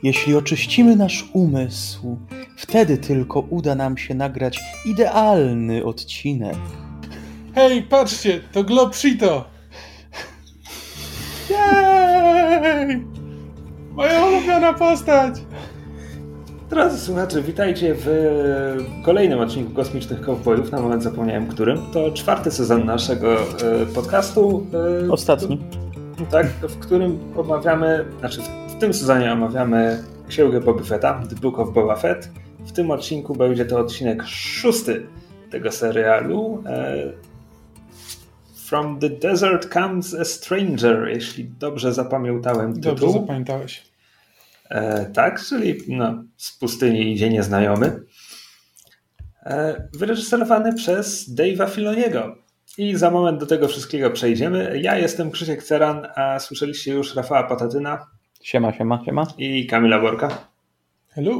Jeśli oczyścimy nasz umysł, wtedy tylko uda nam się nagrać idealny odcinek. Hej, patrzcie, to Globshito! Jej! Moja ulubiona postać! Drodzy słuchacze, witajcie w kolejnym odcinku Kosmicznych Kowbojów. Na moment zapomniałem którym. To 4. sezon naszego podcastu. Ostatni. Tak, w którym omawiamy, w tym sezonie omawiamy księgę Boba Fetta, The Book of Boba Fett. W tym odcinku będzie to odcinek 6 tego serialu. From the Desert Comes a Stranger, jeśli dobrze zapamiętałem tytuł. Dobrze zapamiętałeś. Tak, czyli z pustyni idzie nieznajomy. Wyreżyserowany przez Dave'a Filoniego. I za moment do tego wszystkiego przejdziemy. Ja jestem Krzysiek Ceran, a słyszeliście już Rafała Patatyna. Siema. I Kamila Borka. Hello.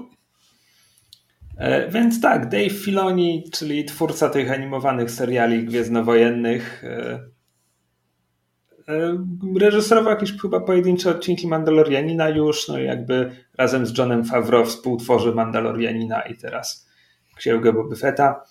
Więc tak, Dave Filoni, czyli twórca tych animowanych seriali gwiezdnowojennych, reżyserował jakieś chyba pojedyncze odcinki Mandalorianina już, no i jakby razem z Johnem Favreau współtworzy Mandalorianina i teraz księgę Boba Fetta.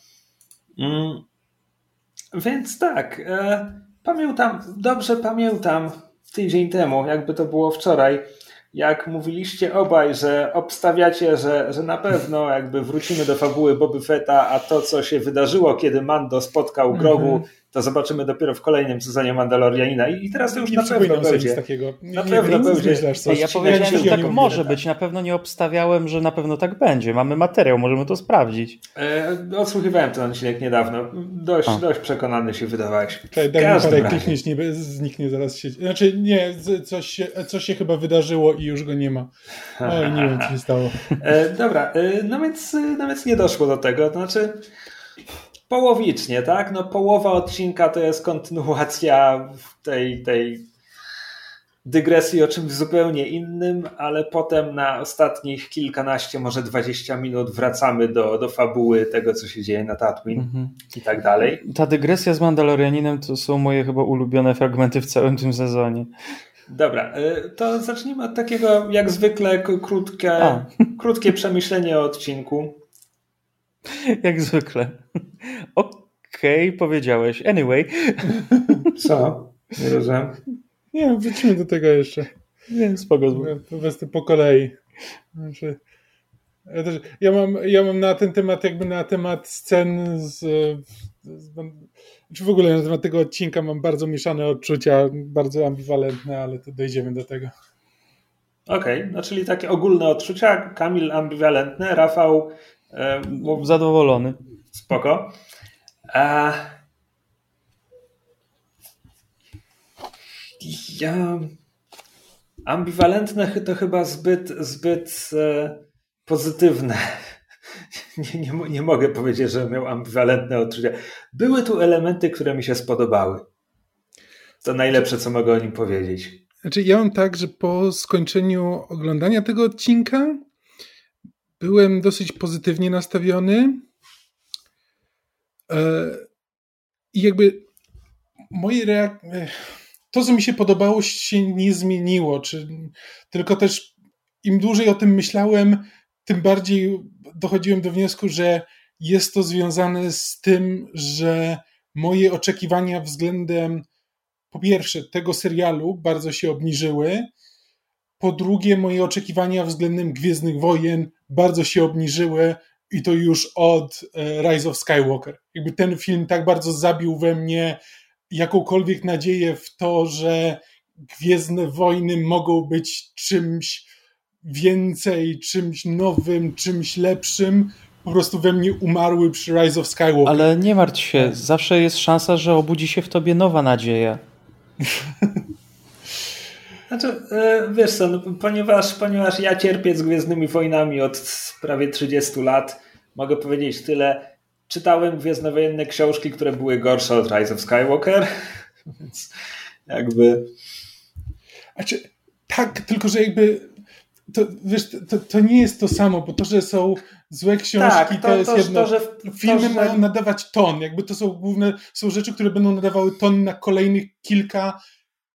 Więc tak, dobrze pamiętam tydzień temu, jakby to było wczoraj, jak mówiliście obaj, że obstawiacie, że na pewno jakby wrócimy do fabuły Boba Fetta, a to, co się wydarzyło, kiedy Mando spotkał Grogu, to zobaczymy dopiero w kolejnym sezonie Mandalorianina. I teraz to już na pewno będzie. Nic takiego. Na pewno będzie. Ja powiedziałem, że tak może być. Na pewno nie obstawiałem, że na pewno tak będzie. Mamy materiał, możemy to sprawdzić. Odsłuchiwałem ten odcinek niedawno. Dość przekonany się wydawałeś. Daj mi parę klikniesz, zniknie zaraz sieć. Znaczy nie, coś się chyba wydarzyło i już go nie ma. Oj, nie wiem, co się stało. Dobra, no więc nie doszło do tego. Znaczy połowicznie, tak? No połowa odcinka to jest kontynuacja tej dygresji o czymś zupełnie innym, ale potem na ostatnich kilkanaście, może 20 minut wracamy do fabuły tego, co się dzieje na Tatooine i tak dalej. Ta dygresja z Mandalorianinem to są moje chyba ulubione fragmenty w całym tym sezonie. Dobra, to zacznijmy od takiego jak zwykle krótkie przemyślenie o odcinku. Jak zwykle. Okej, powiedziałeś. Anyway. Co? Nie rozumiem. Nie, wrócimy do tego jeszcze. Nie, spoko. Po prostu po kolei. Znaczy, ja mam na ten temat, jakby na temat scen czy w ogóle na temat tego odcinka mam bardzo mieszane odczucia, bardzo ambiwalentne, ale to dojdziemy do tego. Okej, no czyli takie ogólne odczucia. Kamil ambiwalentne, Rafał zadowolony. Spoko. Ja ambiwalentne to chyba zbyt pozytywne. Nie mogę powiedzieć, że miał ambiwalentne odczucia. Były tu elementy, które mi się spodobały. To najlepsze, co mogę o nim powiedzieć. Znaczy, ja mam tak, że po skończeniu oglądania tego odcinka byłem dosyć pozytywnie nastawiony i jakby moje reakcje, to co mi się podobało się nie zmieniło, tylko też im dłużej o tym myślałem, tym bardziej dochodziłem do wniosku, że jest to związane z tym, że moje oczekiwania względem po pierwsze tego serialu bardzo się obniżyły, po drugie moje oczekiwania względem Gwiezdnych Wojen bardzo się obniżyły i to już od Rise of Skywalker. Jakby ten film tak bardzo zabił we mnie jakąkolwiek nadzieję w to, że Gwiezdne Wojny mogą być czymś więcej, czymś nowym, czymś lepszym. Po prostu we mnie umarły przy Rise of Skywalker. Ale nie martw się, zawsze jest szansa, że obudzi się w tobie nowa nadzieja. Znaczy, wiesz co, ponieważ ja cierpię z Gwiezdnymi Wojnami od prawie 30 lat, mogę powiedzieć tyle. Czytałem gwiezdnowojenne książki, które były gorsze od Rise of Skywalker, więc jakby... Znaczy, tak, tylko że jakby to, wiesz, to nie jest to samo, bo to, że są złe książki, to jest jedno. Filmy mają nadawać ton, jakby to są rzeczy, które będą nadawały ton na kolejnych kilka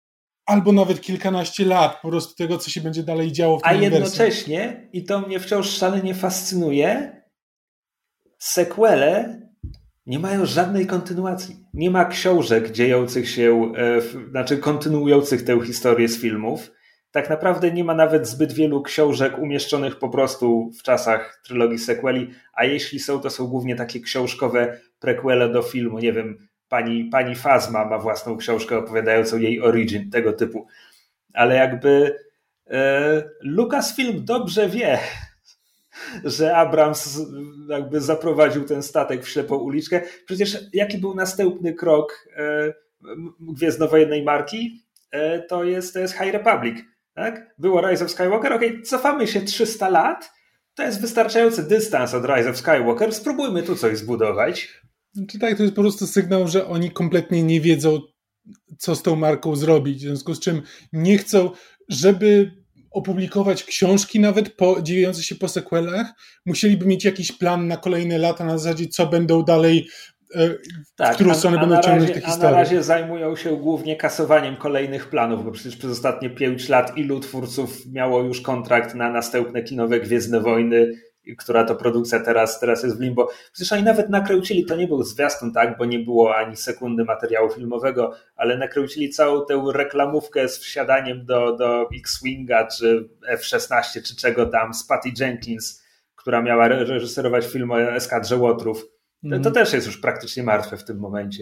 albo nawet kilkanaście lat po prostu tego, co się będzie dalej działo w tym uniwersum. A jednocześnie, i to mnie wciąż szalenie fascynuje, sequele nie mają żadnej kontynuacji. Nie ma książek dziejących się, kontynuujących tę historię z filmów. Tak naprawdę nie ma nawet zbyt wielu książek umieszczonych po prostu w czasach trylogii sequeli, a jeśli są, to są głównie takie książkowe prequele do filmu. Nie wiem, pani Phasma ma własną książkę opowiadającą jej origin, tego typu. Ale jakby Lucasfilm dobrze wie, że Abrams jakby zaprowadził ten statek w ślepą uliczkę. Przecież jaki był następny krok gwiezdnowojennej marki? To jest High Republic. Tak? Było Rise of Skywalker, okej, cofamy się 300 lat, to jest wystarczający dystans od Rise of Skywalker, spróbujmy tu coś zbudować. Czy tak, to jest po prostu sygnał, że oni kompletnie nie wiedzą, co z tą marką zrobić, w związku z czym nie chcą, żeby opublikować książki nawet dziejące się po sequelach, musieliby mieć jakiś plan na kolejne lata na zasadzie, co będą dalej, w którą stronę będą ciągnąć te historie. A na razie zajmują się głównie kasowaniem kolejnych planów, bo przecież przez ostatnie 5 lat ilu twórców miało już kontrakt na następne kinowe Gwiezdne Wojny, która to produkcja teraz jest w limbo. Przecież oni nawet nakręcili, to nie był zwiastun, tak, bo nie było ani sekundy materiału filmowego, ale nakręcili całą tę reklamówkę z wsiadaniem do X-Winga, czy F-16, czy czego tam, z Patty Jenkins, która miała reżyserować film o eskadrze Łotrów. To też jest już praktycznie martwe w tym momencie.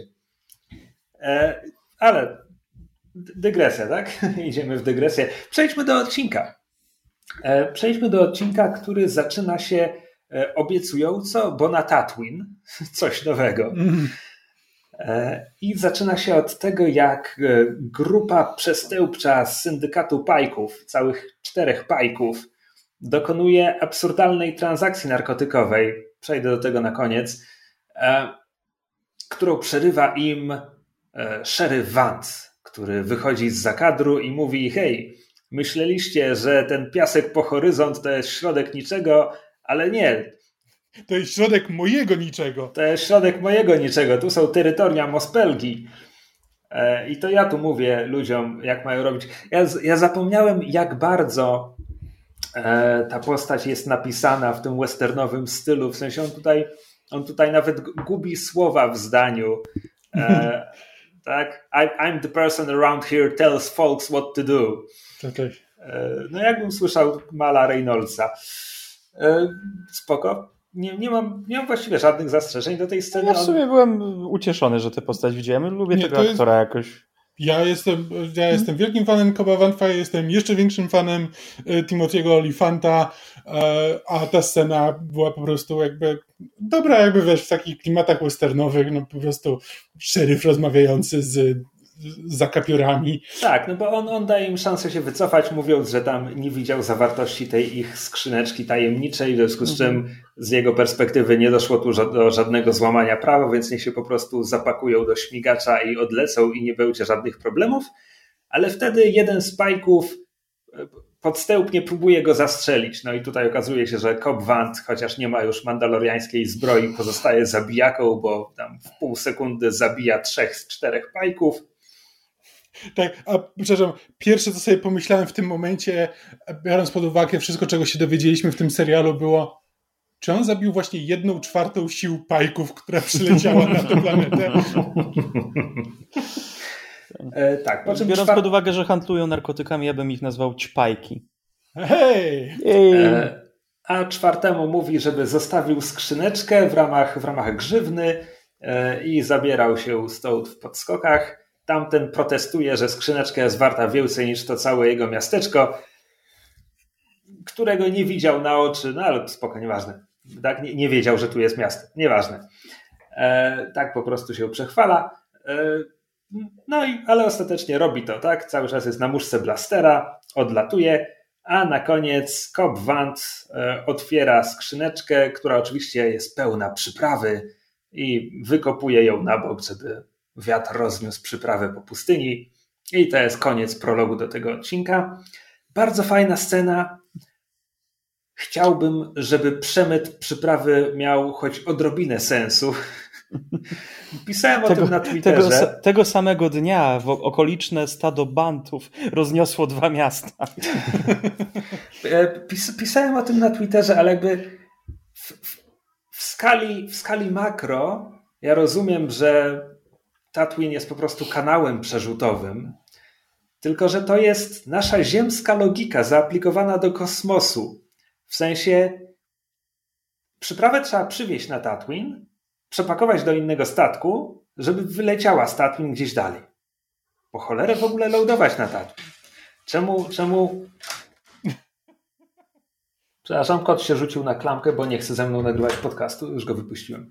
Ale dygresja, tak? Idziemy w dygresję. Przejdźmy do odcinka, który zaczyna się obiecująco, bo na Tatooine coś nowego. I zaczyna się od tego, jak grupa przestępcza z syndykatu pajków, całych 4 pajków, dokonuje absurdalnej transakcji narkotykowej, przejdę do tego na koniec, którą przerywa im szeryf Vance, który wychodzi zza kadru i mówi: hej, myśleliście, że ten piasek po horyzont to jest środek niczego, ale nie. To jest środek mojego niczego. To jest środek mojego niczego. Tu są terytoria Mospelgi. I to ja tu mówię ludziom, jak mają robić. Ja zapomniałem, jak bardzo ta postać jest napisana w tym westernowym stylu. W sensie on tutaj nawet gubi słowa w zdaniu. Tak? I'm the person around here tells folks what to do. Okay. No jakbym słyszał Mala Reynoldsa. Spoko. Nie mam właściwie żadnych zastrzeżeń do tej sceny. Ja w sumie byłem ucieszony, że tę postać widziałem. Lubię tego aktora jakoś. Ja jestem wielkim fanem Coba Van Fire, jestem jeszcze większym fanem Timothy'ego Olyphanta, a ta scena była po prostu jakby dobra, jakby wiesz, w takich klimatach westernowych, no po prostu szeryf rozmawiający z zakapiorami. Tak, no bo on daje im szansę się wycofać, mówiąc, że tam nie widział zawartości tej ich skrzyneczki tajemniczej, w związku z czym z jego perspektywy nie doszło tu do żadnego złamania prawa, więc niech się po prostu zapakują do śmigacza i odlecą i nie będzie żadnych problemów. Ale wtedy jeden z pajków podstępnie próbuje go zastrzelić. No i tutaj okazuje się, że Cobb Vanth, chociaż nie ma już mandaloriańskiej zbroi, pozostaje zabijaką, bo tam w pół sekundy zabija 3 z 4 pajków. Tak, a przepraszam, pierwsze co sobie pomyślałem w tym momencie, biorąc pod uwagę wszystko, czego się dowiedzieliśmy w tym serialu, było, czy on zabił właśnie 1/4 sił pajków, która przyleciała na tę planetę? Tak, biorąc pod uwagę, że handlują narkotykami, ja bym ich nazwał ćpajki. Hej! A 4. mówi, żeby zostawił skrzyneczkę w ramach grzywny i zabierał się stąd w podskokach. Tamten protestuje, że skrzyneczka jest warta więcej niż to całe jego miasteczko, którego nie widział na oczy, no ale spoko, nieważne. Tak? Nie wiedział, że tu jest miasto. Nieważne. Tak po prostu się przechwala. No i, ale ostatecznie robi to, tak? Cały czas jest na muszce blastera, odlatuje, a na koniec Cobb Vanth otwiera skrzyneczkę, która oczywiście jest pełna przyprawy i wykopuje ją na bok, żeby wiatr rozniósł przyprawę po pustyni. I to jest koniec prologu do tego odcinka. Bardzo fajna scena. Chciałbym, żeby przemyt przyprawy miał choć odrobinę sensu. Pisałem o tym na Twitterze. Tego samego dnia okoliczne stado bantów rozniosło 2 miasta. Pisałem o tym na Twitterze, ale jakby w skali makro ja rozumiem, że Tatooine jest po prostu kanałem przerzutowym, tylko że to jest nasza ziemska logika zaaplikowana do kosmosu. W sensie przyprawę trzeba przywieźć na Tatooine, przepakować do innego statku, żeby wyleciała z Tatooine gdzieś dalej. Po cholerę w ogóle loadować na Tatooine. Czemu... Przepraszam, kot się rzucił na klamkę, bo nie chce ze mną nagrywać podcastu. Już go wypuściłem.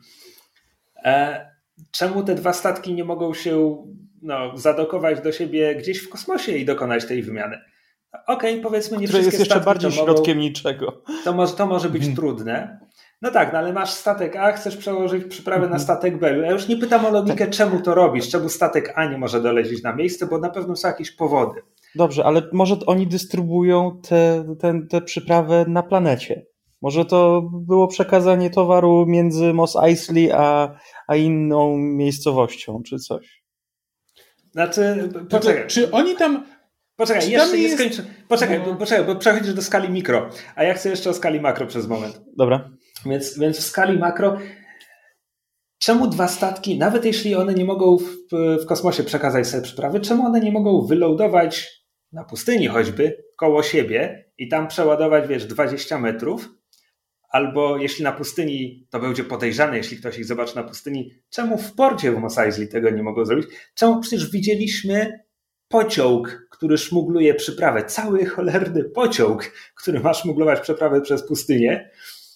Czemu te 2 statki nie mogą się zadokować do siebie gdzieś w kosmosie i dokonać tej wymiany? Okej, powiedzmy, nie wszystkie jest jeszcze statki bardziej środkiem niczego. To może być trudne. No tak, no ale masz statek A, chcesz przełożyć przyprawę na statek B. Ja już nie pytam o logikę, czemu to robisz, czemu statek A nie może dolecieć na miejsce, bo na pewno są jakieś powody. Dobrze, ale może oni dystrybuują tę przyprawę na planecie. Może to było przekazanie towaru między Mos Eisley a inną miejscowością, czy coś. Znaczy, poczekaj. Czy oni tam... Poczekaj, jeszcze nie skończę. Poczekaj, bo przechodzisz do skali mikro, a ja chcę jeszcze o skali makro przez moment. Dobra. Więc w skali makro, czemu 2 statki, nawet jeśli one nie mogą w kosmosie przekazać sobie przyprawy, czemu one nie mogą wyloadować na pustyni choćby koło siebie i tam przeładować, 20 metrów? Albo jeśli na pustyni, to będzie podejrzane, jeśli ktoś ich zobaczy na pustyni, czemu w porcie w Mos Eisley tego nie mogą zrobić? Czemu przecież widzieliśmy pociąg, który szmugluje przyprawę, cały cholerny pociąg, który ma szmuglować przeprawę przez pustynię.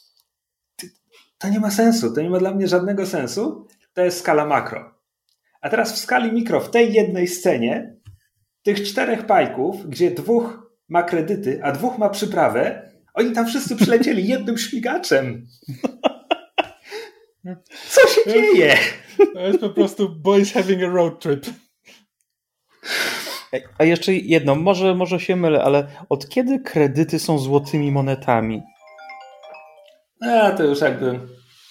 To nie ma sensu, to nie ma dla mnie żadnego sensu. To jest skala makro. A teraz w skali mikro, w tej jednej scenie, tych 4 pajków, gdzie 2 ma kredyty, a 2 ma przyprawę, oni tam wszyscy przylecieli jednym śmigaczem. Co się dzieje? To jest po prostu boys having a road trip. A jeszcze jedno, może się mylę, ale od kiedy kredyty są złotymi monetami? To już jakby...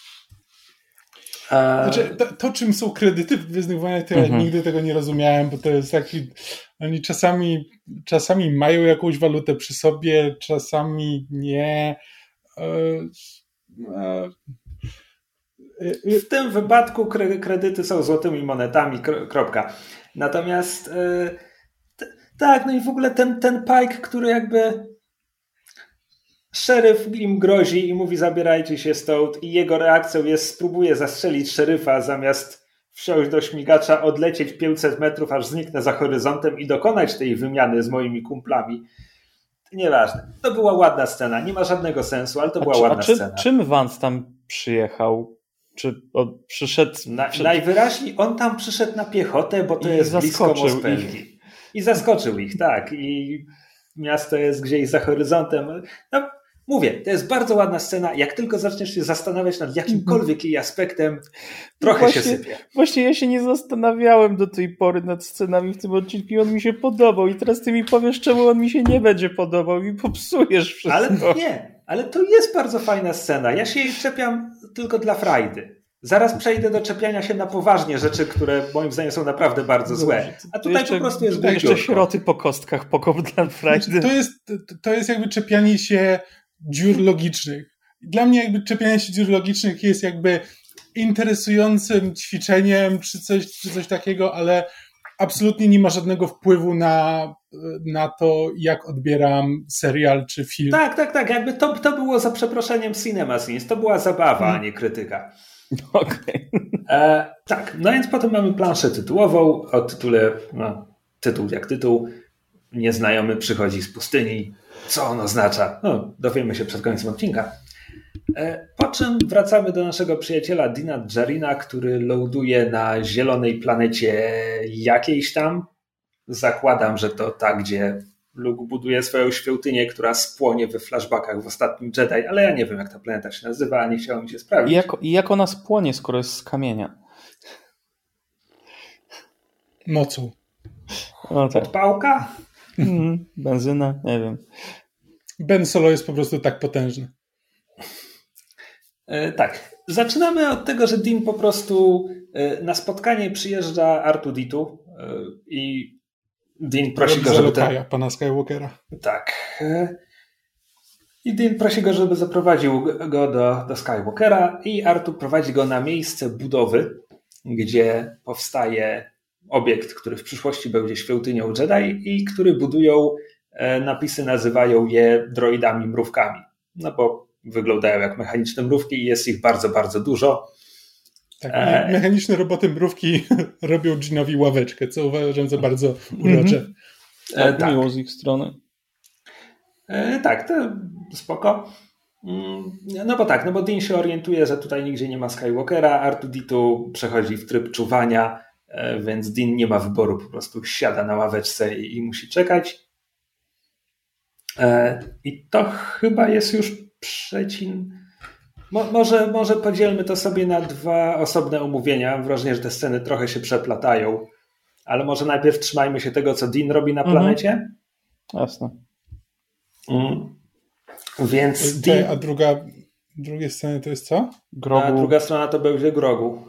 Znaczy, to czym są kredyty w Gwiezdnych Wojnach, to ja nigdy tego nie rozumiałem, bo to jest taki... Oni czasami mają jakąś walutę przy sobie, czasami nie. W tym wypadku kredyty są złotymi monetami, kropka. Natomiast tak, no i w ogóle ten Pike, który jakby szeryf im grozi i mówi zabierajcie się stąd i jego reakcją jest spróbuję zastrzelić szeryfa zamiast wsiąść do śmigacza, odlecieć 500 metrów, aż zniknę za horyzontem i dokonać tej wymiany z moimi kumplami. Nieważne. To była ładna scena. Nie ma żadnego sensu, ale to była ładna scena. Czym Vance tam przyjechał? Czy przyszedł... Najwyraźniej on tam przyszedł na piechotę, bo to jest blisko Mospelgi. I zaskoczył ich, tak. I miasto jest gdzieś za horyzontem. No, mówię, to jest bardzo ładna scena. Jak tylko zaczniesz się zastanawiać nad jakimkolwiek jej aspektem, trochę się sypie. Właśnie ja się nie zastanawiałem do tej pory nad scenami w tym odcinku i on mi się podobał. I teraz ty mi powiesz, czemu on mi się nie będzie podobał i popsujesz wszystko. Ale to jest bardzo fajna scena. Ja się jej czepiam tylko dla frajdy. Zaraz przejdę do czepiania się na poważnie rzeczy, które moim zdaniem są naprawdę bardzo złe. A tutaj po prostu jest jeszcze śroty po kostkach, pokop dla frajdy. To jest jakby czepianie się dziur logicznych. Dla mnie jakby czepianie się dziur logicznych jest jakby interesującym ćwiczeniem czy coś takiego, ale absolutnie nie ma żadnego wpływu na to, jak odbieram serial czy film. Tak. Jakby to było za przeproszeniem cinema scenes. To była zabawa, a nie krytyka. Okej. Tak, no więc potem mamy planszę tytułową o tytule, tytuł jak tytuł, nieznajomy przychodzi z pustyni. Co on oznacza? Dowiemy się przed końcem odcinka. Po czym wracamy do naszego przyjaciela Dina Djarina, który loaduje na zielonej planecie jakiejś tam. Zakładam, że to ta, gdzie Luke buduje swoją świątynię, która spłonie we flashbackach w Ostatnim Jedi, ale ja nie wiem, jak ta planeta się nazywa, a nie chciałem mi się sprawdzić. I jak ona spłonie, skoro jest z kamienia? Mocą. O, tak. Odpałka? Benzyna, nie wiem. Ben Solo jest po prostu tak potężny. Tak. zaczynamy od tego, że Dean po prostu na spotkanie przyjeżdża R2-D2 i Dean prosi go, żeby... pana Skywalkera. Tak. I Dean prosi go, żeby zaprowadził go do Skywalkera i R2 prowadzi go na miejsce budowy, gdzie powstaje obiekt, który w przyszłości będzie świątynią Jedi i który budują, napisy nazywają je droidami mrówkami. No bo wyglądają jak mechaniczne mrówki i jest ich bardzo, bardzo dużo. Tak, mechaniczne roboty mrówki robią Jeanowi ławeczkę, co uważam za bardzo urocze. Tak, miło z ich strony. Tak, to spoko. No bo Dean się orientuje, że tutaj nigdzie nie ma Skywalkera, R2-D2 przechodzi w tryb czuwania, więc Dean nie ma wyboru, po prostu siada na ławeczce i musi czekać. I to chyba jest już przecin... Może podzielmy to sobie na dwa osobne omówienia. Mam wrażenie, że te sceny trochę się przeplatają, ale może najpierw trzymajmy się tego, co Dean robi na planecie. Jasne. Więc A drugie sceny to jest co? Grogu. A druga strona to będzie Grogu.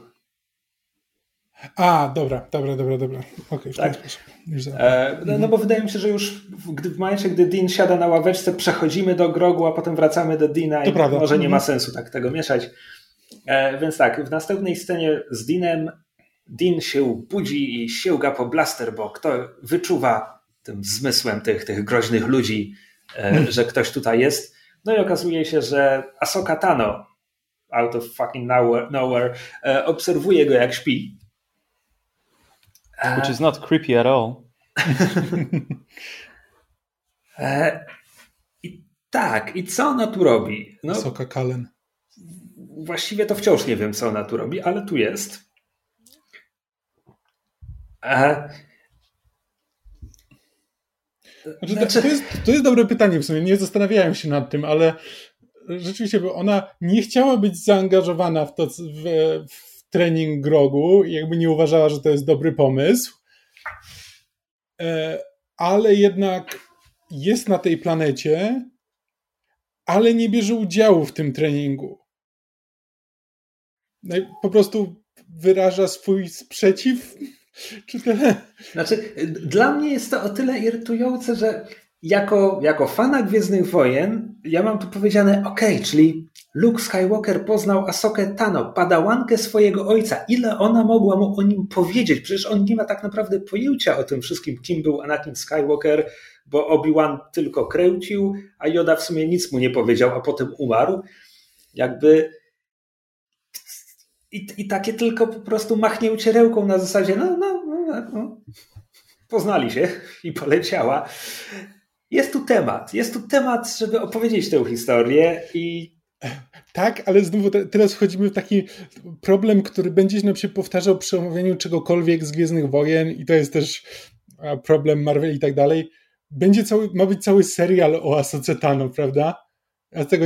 A, dobra. Okej, tak. No bo wydaje mi się, że już w momencie, gdy Dean siada na ławeczce, przechodzimy do Grogu, a potem wracamy do Deana i może nie ma sensu tak tego mieszać. Więc tak, w następnej scenie z Deanem Dean się budzi i sięga po blaster, bo kto wyczuwa tym zmysłem tych groźnych ludzi, że ktoś tutaj jest. No i okazuje się, że Ahsoka Tano out of fucking nowhere obserwuje go jak śpi. Which is not creepy at all. I co ona tu robi? No, Ahsoka Kalen. Właściwie to wciąż nie wiem, co ona tu robi, ale tu jest. To jest dobre pytanie w sumie. Nie zastanawiałem się nad tym, ale rzeczywiście, bo ona nie chciała być zaangażowana w trening Grogu i jakby nie uważała, że to jest dobry pomysł, ale jednak jest na tej planecie, ale nie bierze udziału w tym treningu. No po prostu wyraża swój sprzeciw, czy tyle? Znaczy, dla mnie jest to o tyle irytujące, że jako fana Gwiezdnych Wojen ja mam tu powiedziane, czyli Luke Skywalker poznał Ahsokę Tano, padałankę swojego ojca. Ile ona mogła mu o nim powiedzieć? Przecież on nie ma tak naprawdę pojęcia o tym wszystkim, kim był Anakin Skywalker, bo Obi-Wan tylko kręcił, a Yoda w sumie nic mu nie powiedział, a potem umarł. I takie tylko po prostu machnięcie ręką na zasadzie poznali się i poleciała. Jest tu temat, żeby opowiedzieć tę historię i tak, ale znowu teraz wchodzimy w taki problem, który będzie nam się powtarzał przy omawianiu czegokolwiek z Gwiezdnych Wojen i to jest też problem Marvel i tak dalej. Ma być cały serial o Ahsoce Tano, prawda? Ja tego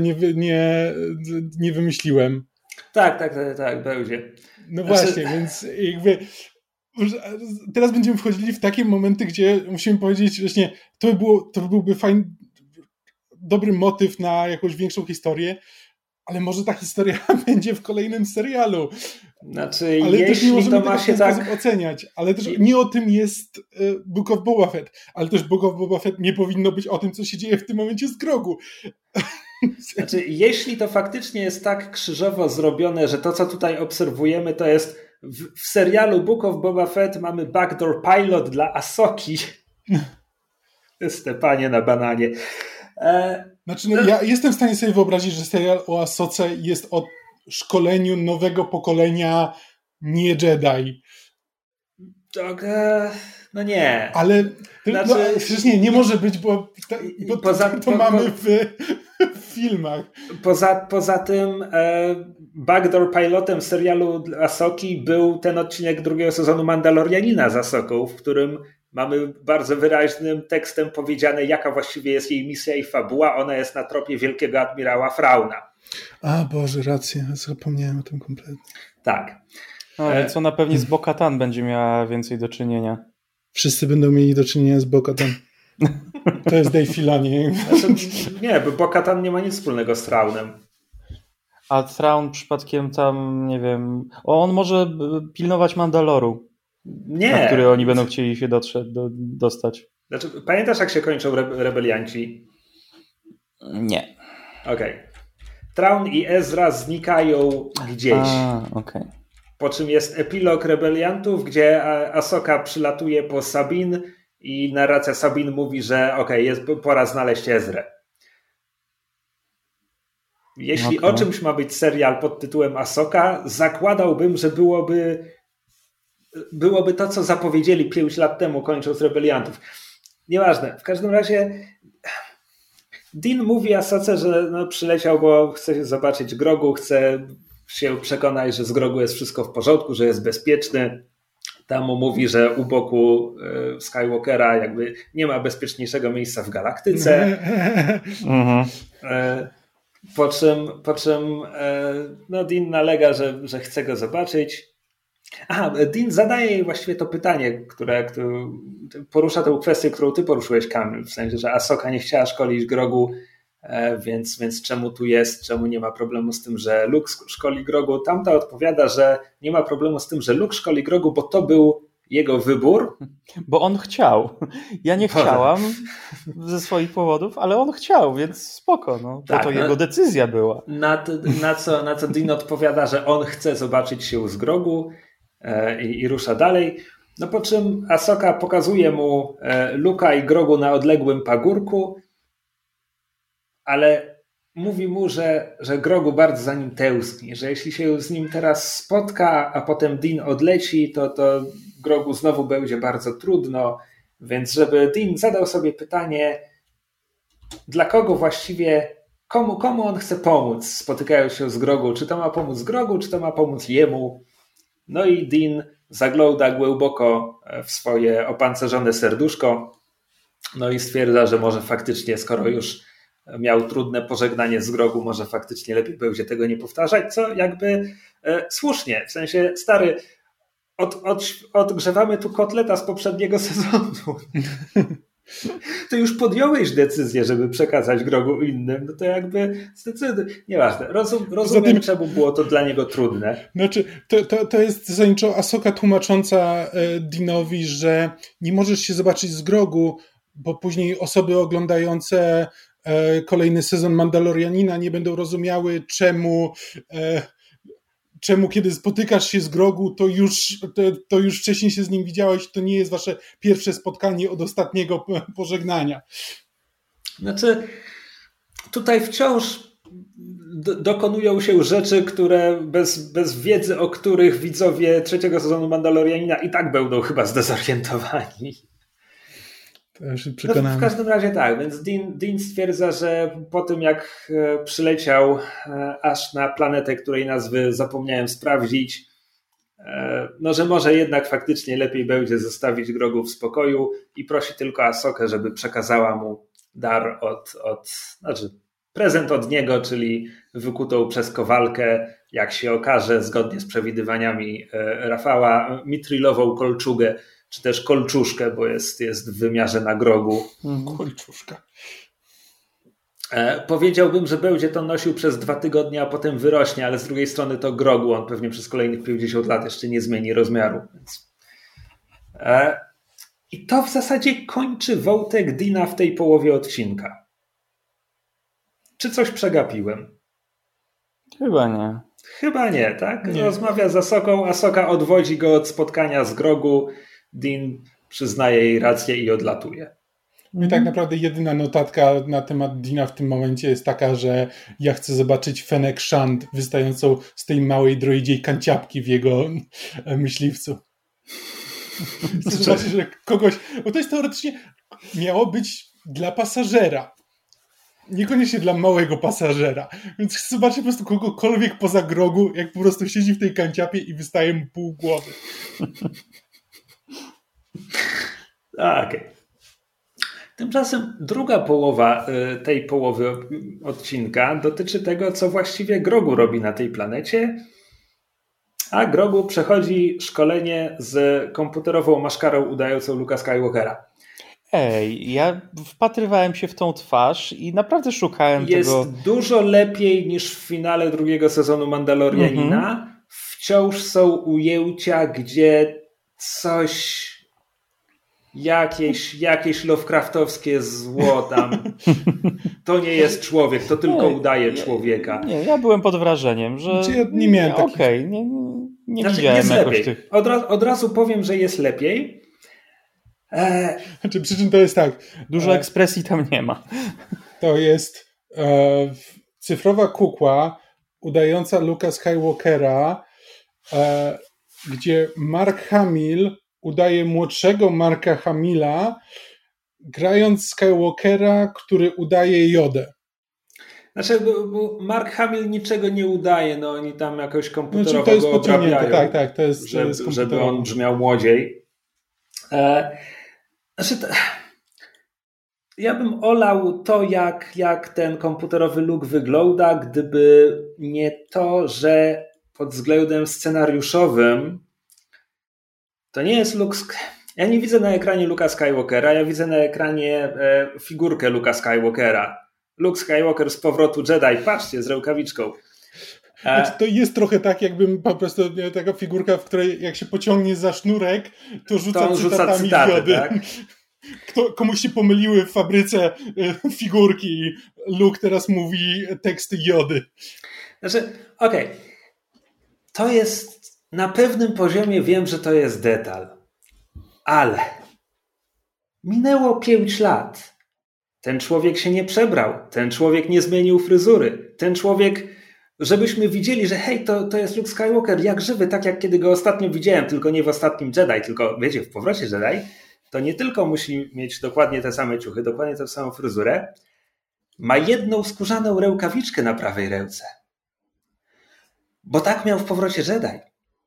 nie wymyśliłem. Tak, będzie. No właśnie, więc jakby teraz będziemy wchodzili w takie momenty, gdzie musimy powiedzieć właśnie, to byłby fajny, dobry motyw na jakąś większą historię, ale może ta historia będzie w kolejnym serialu. Znaczy, ale jeśli też nie możemy to ma się tak oceniać. Ale też nie o tym jest Book of Boba Fett. Ale też Book of Boba Fett nie powinno być o tym, co się dzieje w tym momencie z Grogu. Znaczy, jeśli to faktycznie jest tak krzyżowo zrobione, że to, co tutaj obserwujemy, to jest w serialu Book of Boba Fett mamy backdoor pilot dla Ahsoki. Stepanie na bananie. Znaczy, ja jestem w stanie sobie wyobrazić, że serial o Ahsoce jest o szkoleniu nowego pokolenia nie Jedi. No nie. Ale przecież nie może być, bo to mamy w filmach. Poza tym backdoor pilotem serialu Ahsoki był ten odcinek drugiego sezonu Mandalorianina z Ahsoką, w którym mamy bardzo wyraźnym tekstem powiedziane, jaka właściwie jest jej misja i fabuła. Ona jest na tropie wielkiego admirała Frauna. A Boże, racja. Zapomniałem o tym kompletnie. Tak. Co na pewno z Bo-Katan będzie miała więcej do czynienia. Wszyscy będą mieli do czynienia z Bo-Katan. To jest Dave Filoni. Nie, bo Bo-Katan nie ma nic wspólnego z Fraunem. A Thrawn przypadkiem tam, nie wiem... On może pilnować Mandaloru. Nie. Na który oni będą chcieli się dostać. Znaczy, pamiętasz, jak się kończą rebelianci? Nie. Okej. Thrawn i Ezra znikają gdzieś. Okay. Po czym jest epilog rebeliantów, gdzie Ahsoka przylatuje po Sabine i narracja Sabine mówi, że jest pora znaleźć Ezrę. Jeśli o czymś ma być serial pod tytułem Ahsoka, zakładałbym, że byłoby to, co zapowiedzieli 5 lat temu, kończąc rebeliantów. Nieważne. W każdym razie Dean mówi Ahsoce, że przyleciał, bo chce zobaczyć Grogu, chce się przekonać, że z Grogu jest wszystko w porządku, że jest bezpieczny. Tam mu mówi, że u boku Skywalkera jakby nie ma bezpieczniejszego miejsca w galaktyce. Po czym Dean nalega, że chce go zobaczyć. Dean zadaje jej właściwie to pytanie, które porusza tę kwestię, którą ty poruszyłeś, Kamil, w sensie, że Ahsoka nie chciała szkolić Grogu, więc czemu tu jest, czemu nie ma problemu z tym, że Luke szkoli Grogu. Tamta odpowiada, że nie ma problemu z tym, że Luke szkoli Grogu, bo to był jego wybór. Bo on chciał. Ja nie chciałam ze swoich powodów, ale on chciał, więc spoko. Bo to jego decyzja była. Na co Dean odpowiada, że on chce zobaczyć się z Grogu i rusza dalej. Po czym Ahsoka pokazuje mu Luke'a i Grogu na odległym pagórku, ale mówi mu, że Grogu bardzo za nim tęskni, że jeśli się z nim teraz spotka, a potem Dean odleci, to Grogu znowu będzie bardzo trudno, więc żeby Dean zadał sobie pytanie, dla kogo właściwie, komu on chce pomóc, spotykając się z Grogu, czy to ma pomóc Grogu, czy to ma pomóc jemu. I Dean zagląda głęboko w swoje opancerzone serduszko, i stwierdza, że może faktycznie, skoro już miał trudne pożegnanie z Grogu, może faktycznie lepiej będzie tego nie powtarzać, co jakby słusznie, w sensie stary, odgrzewamy tu kotleta z poprzedniego sezonu. Ty już podjąłeś decyzję, żeby przekazać Grogu innym, to jakby nieważne. Rozumiem, czemu było to dla niego trudne. Znaczy, to jest zasadniczo Ahsoka tłumacząca Deanowi, że nie możesz się zobaczyć z Grogu, bo później osoby oglądające kolejny sezon Mandalorianina nie będą rozumiały, czemu kiedy spotykasz się z Grogu, to już wcześniej się z nim widziałeś, to nie jest wasze pierwsze spotkanie od ostatniego pożegnania. Znaczy, tutaj wciąż dokonują się rzeczy, które bez wiedzy, o których widzowie 3. sezonu Mandalorianina i tak będą chyba zdezorientowani. W każdym razie tak, więc Dean stwierdza, że po tym jak przyleciał aż na planetę, której nazwy zapomniałem sprawdzić, że może jednak faktycznie lepiej będzie zostawić Grogu w spokoju i prosi tylko Ahsokę, żeby przekazała mu dar prezent od niego, czyli wykutą przez kowalkę, jak się okaże, zgodnie z przewidywaniami Rafała, mitrilową kolczugę, czy też kolczuszkę, bo jest w wymiarze na Grogu. Kolczuszka. Powiedziałbym, że będzie to nosił przez 2 tygodnie, a potem wyrośnie, ale z drugiej strony to Grogu, on pewnie przez kolejnych 50 lat jeszcze nie zmieni rozmiaru. Więc... I to w zasadzie kończy wątek Deana w tej połowie odcinka. Czy coś przegapiłem? Chyba nie. Chyba nie, tak? Nie. Rozmawia z Ahsoką, Ahsoka odwodzi go od spotkania z Grogu, Dean przyznaje jej rację i odlatuje. I tak naprawdę jedyna notatka na temat Deana w tym momencie jest taka, że ja chcę zobaczyć Fennec Shand wystającą z tej małej droidziej kanciapki w jego myśliwcu. Chcę zobaczyć, że kogoś... Bo to jest teoretycznie... Miało być dla pasażera. Niekoniecznie dla małego pasażera. Więc chcę zobaczyć po prostu kogokolwiek poza Grogu, jak po prostu siedzi w tej kanciapie i wystaje mu pół głowy. Okej. Tymczasem druga połowa tej połowy odcinka dotyczy tego, co właściwie Grogu robi na tej planecie. A Grogu przechodzi szkolenie z komputerową maszkarą udającą Luke'a Skywalkera. Ja wpatrywałem się w tą twarz i naprawdę szukałem tego. Jest dużo lepiej niż w finale drugiego sezonu Mandalorianina. Wciąż są ujęcia, gdzie coś, jakieś Lovecraftowskie zło tam. To nie jest człowiek, to tylko udaje człowieka. Nie, ja byłem pod wrażeniem, że ja nie miałem takich... nie widziałem jakoś tych... Od razu powiem, że jest lepiej. Przy czym to jest tak. Dużo ekspresji tam nie ma. To jest cyfrowa kukła udająca Luka Skywalkera, gdzie Mark Hamill udaje młodszego Marka Hamilla, grając Skywalkera, który udaje Jodę. Znaczy, bo Mark Hamill niczego nie udaje, no oni tam jakoś komputerowo to jest go obrabiają, tak, to jest żeby on brzmiał młodziej. Ja bym olał to, jak ten komputerowy look wygląda, gdyby nie to, że pod względem scenariuszowym to nie jest look... Ja nie widzę na ekranie Luka Skywalkera, ja widzę na ekranie figurkę Luka Skywalkera. Luke Skywalker z powrotu Jedi, patrzcie, z rękawiczką. To jest trochę tak, jakbym po prostu taka figurka, w której jak się pociągnie za sznurek, to rzuca cytatami Jody. Tak? Komuś się pomyliły w fabryce figurki i Luke teraz mówi teksty Jody. Znaczy, okej. To jest na pewnym poziomie, wiem, że to jest detal. Ale minęło 5 lat. Ten człowiek się nie przebrał. Ten człowiek nie zmienił fryzury. Ten człowiek, żebyśmy widzieli, że hej, to jest Luke Skywalker, jak żywy, tak jak kiedy go ostatnio widziałem, tylko nie w ostatnim Jedi, tylko wiecie, w powrocie Jedi, to nie tylko musi mieć dokładnie te same ciuchy, dokładnie tę samą fryzurę, ma jedną skórzaną rękawiczkę na prawej ręce. Bo tak miał w powrocie Jedi.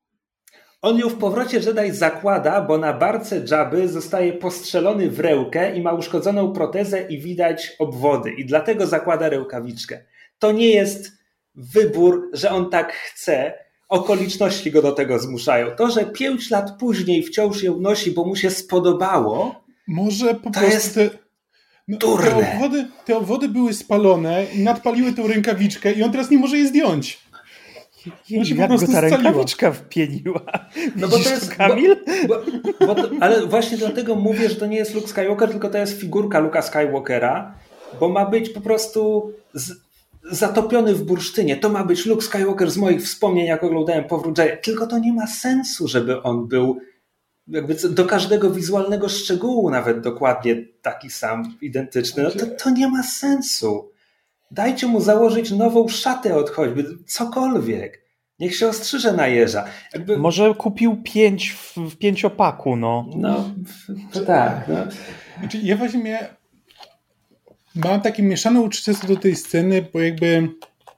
On ją w powrocie Jedi zakłada, bo na barce Jabby zostaje postrzelony w rękę i ma uszkodzoną protezę i widać obwody. I dlatego zakłada rękawiczkę. To nie jest wybór, że on tak chce. Okoliczności go do tego zmuszają. To, że 5 lat później wciąż ją nosi, bo mu się spodobało, może po to prostu jest durne. Te obwody były spalone i nadpaliły tę rękawiczkę i on teraz nie może je zdjąć. Jak go ta rękawiczka wpieniła. No bo to jest Kamil? Ale właśnie dlatego mówię, że to nie jest Luke Skywalker, tylko to jest figurka Luka Skywalkera, bo ma być po prostu zatopiony w bursztynie. To ma być Luke Skywalker z moich wspomnień, jak oglądałem Powrót Jedi. Tylko to nie ma sensu, żeby on był jakby do każdego wizualnego szczegółu nawet dokładnie taki sam, identyczny. No to nie ma sensu. Dajcie mu założyć nową szatę od choćby, cokolwiek. Niech się ostrzyże na jeża. Może kupił 5 w 5-paku, no. No, tak. No. Znaczy, ja właśnie mam takie mieszane uczucie co do tej sceny, bo jakby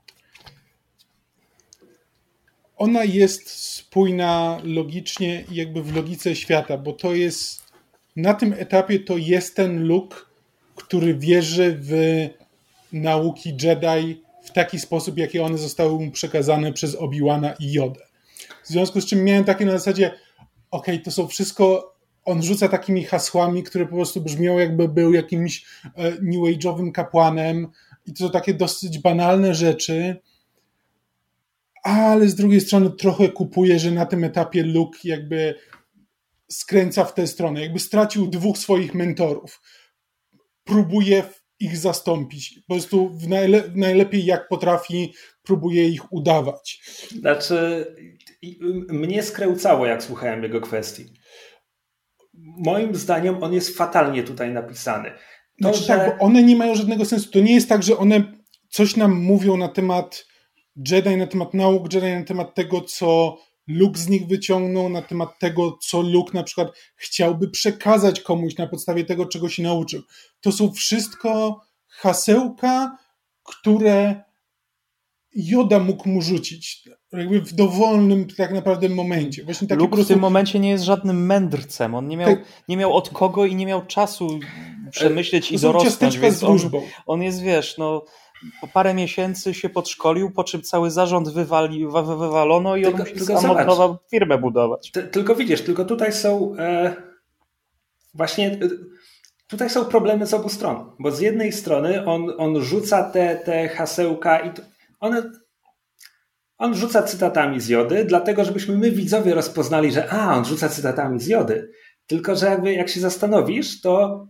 ona jest spójna logicznie i jakby w logice świata, bo to jest na tym etapie to jest ten Luke, który wierzy w nauki Jedi w taki sposób, jakie one zostały mu przekazane przez Obi-Wana i Jodę. W związku z czym miałem takie na zasadzie, to są wszystko, on rzuca takimi hasłami, które po prostu brzmią jakby był jakimś new age'owym kapłanem i to są takie dosyć banalne rzeczy, ale z drugiej strony trochę kupuję, że na tym etapie Luke jakby skręca w tę stronę, jakby stracił 2 swoich mentorów. Próbuje ich zastąpić. Po prostu najlepiej jak potrafi, próbuje ich udawać. Znaczy, mnie skręcało, jak słuchałem jego kwestii. Moim zdaniem on jest fatalnie tutaj napisany. Tak, bo one nie mają żadnego sensu. To nie jest tak, że one coś nam mówią na temat Jedi, na temat nauk Jedi, na temat tego, co Luke z nich wyciągnął, na temat tego, co Luke na przykład chciałby przekazać komuś na podstawie tego, czego się nauczył. To są wszystko hasełka, które Joda mógł mu rzucić. Jakby w dowolnym tak naprawdę momencie. Właśnie taki Luke w tym momencie nie jest żadnym mędrcem. On nie miał od kogo i nie miał czasu przemyśleć i dorosnąć. Więc on jest, po parę miesięcy się podszkolił, po czym cały zarząd wywalono i on musi sam od nowa firmę budować. Tylko widzisz, tylko tutaj są właśnie tutaj są problemy z obu stron, bo z jednej strony on rzuca te hasełka i on rzuca cytatami z Jody, dlatego żebyśmy my widzowie rozpoznali, że on rzuca cytatami z Jody. Tylko że jakby jak się zastanowisz, to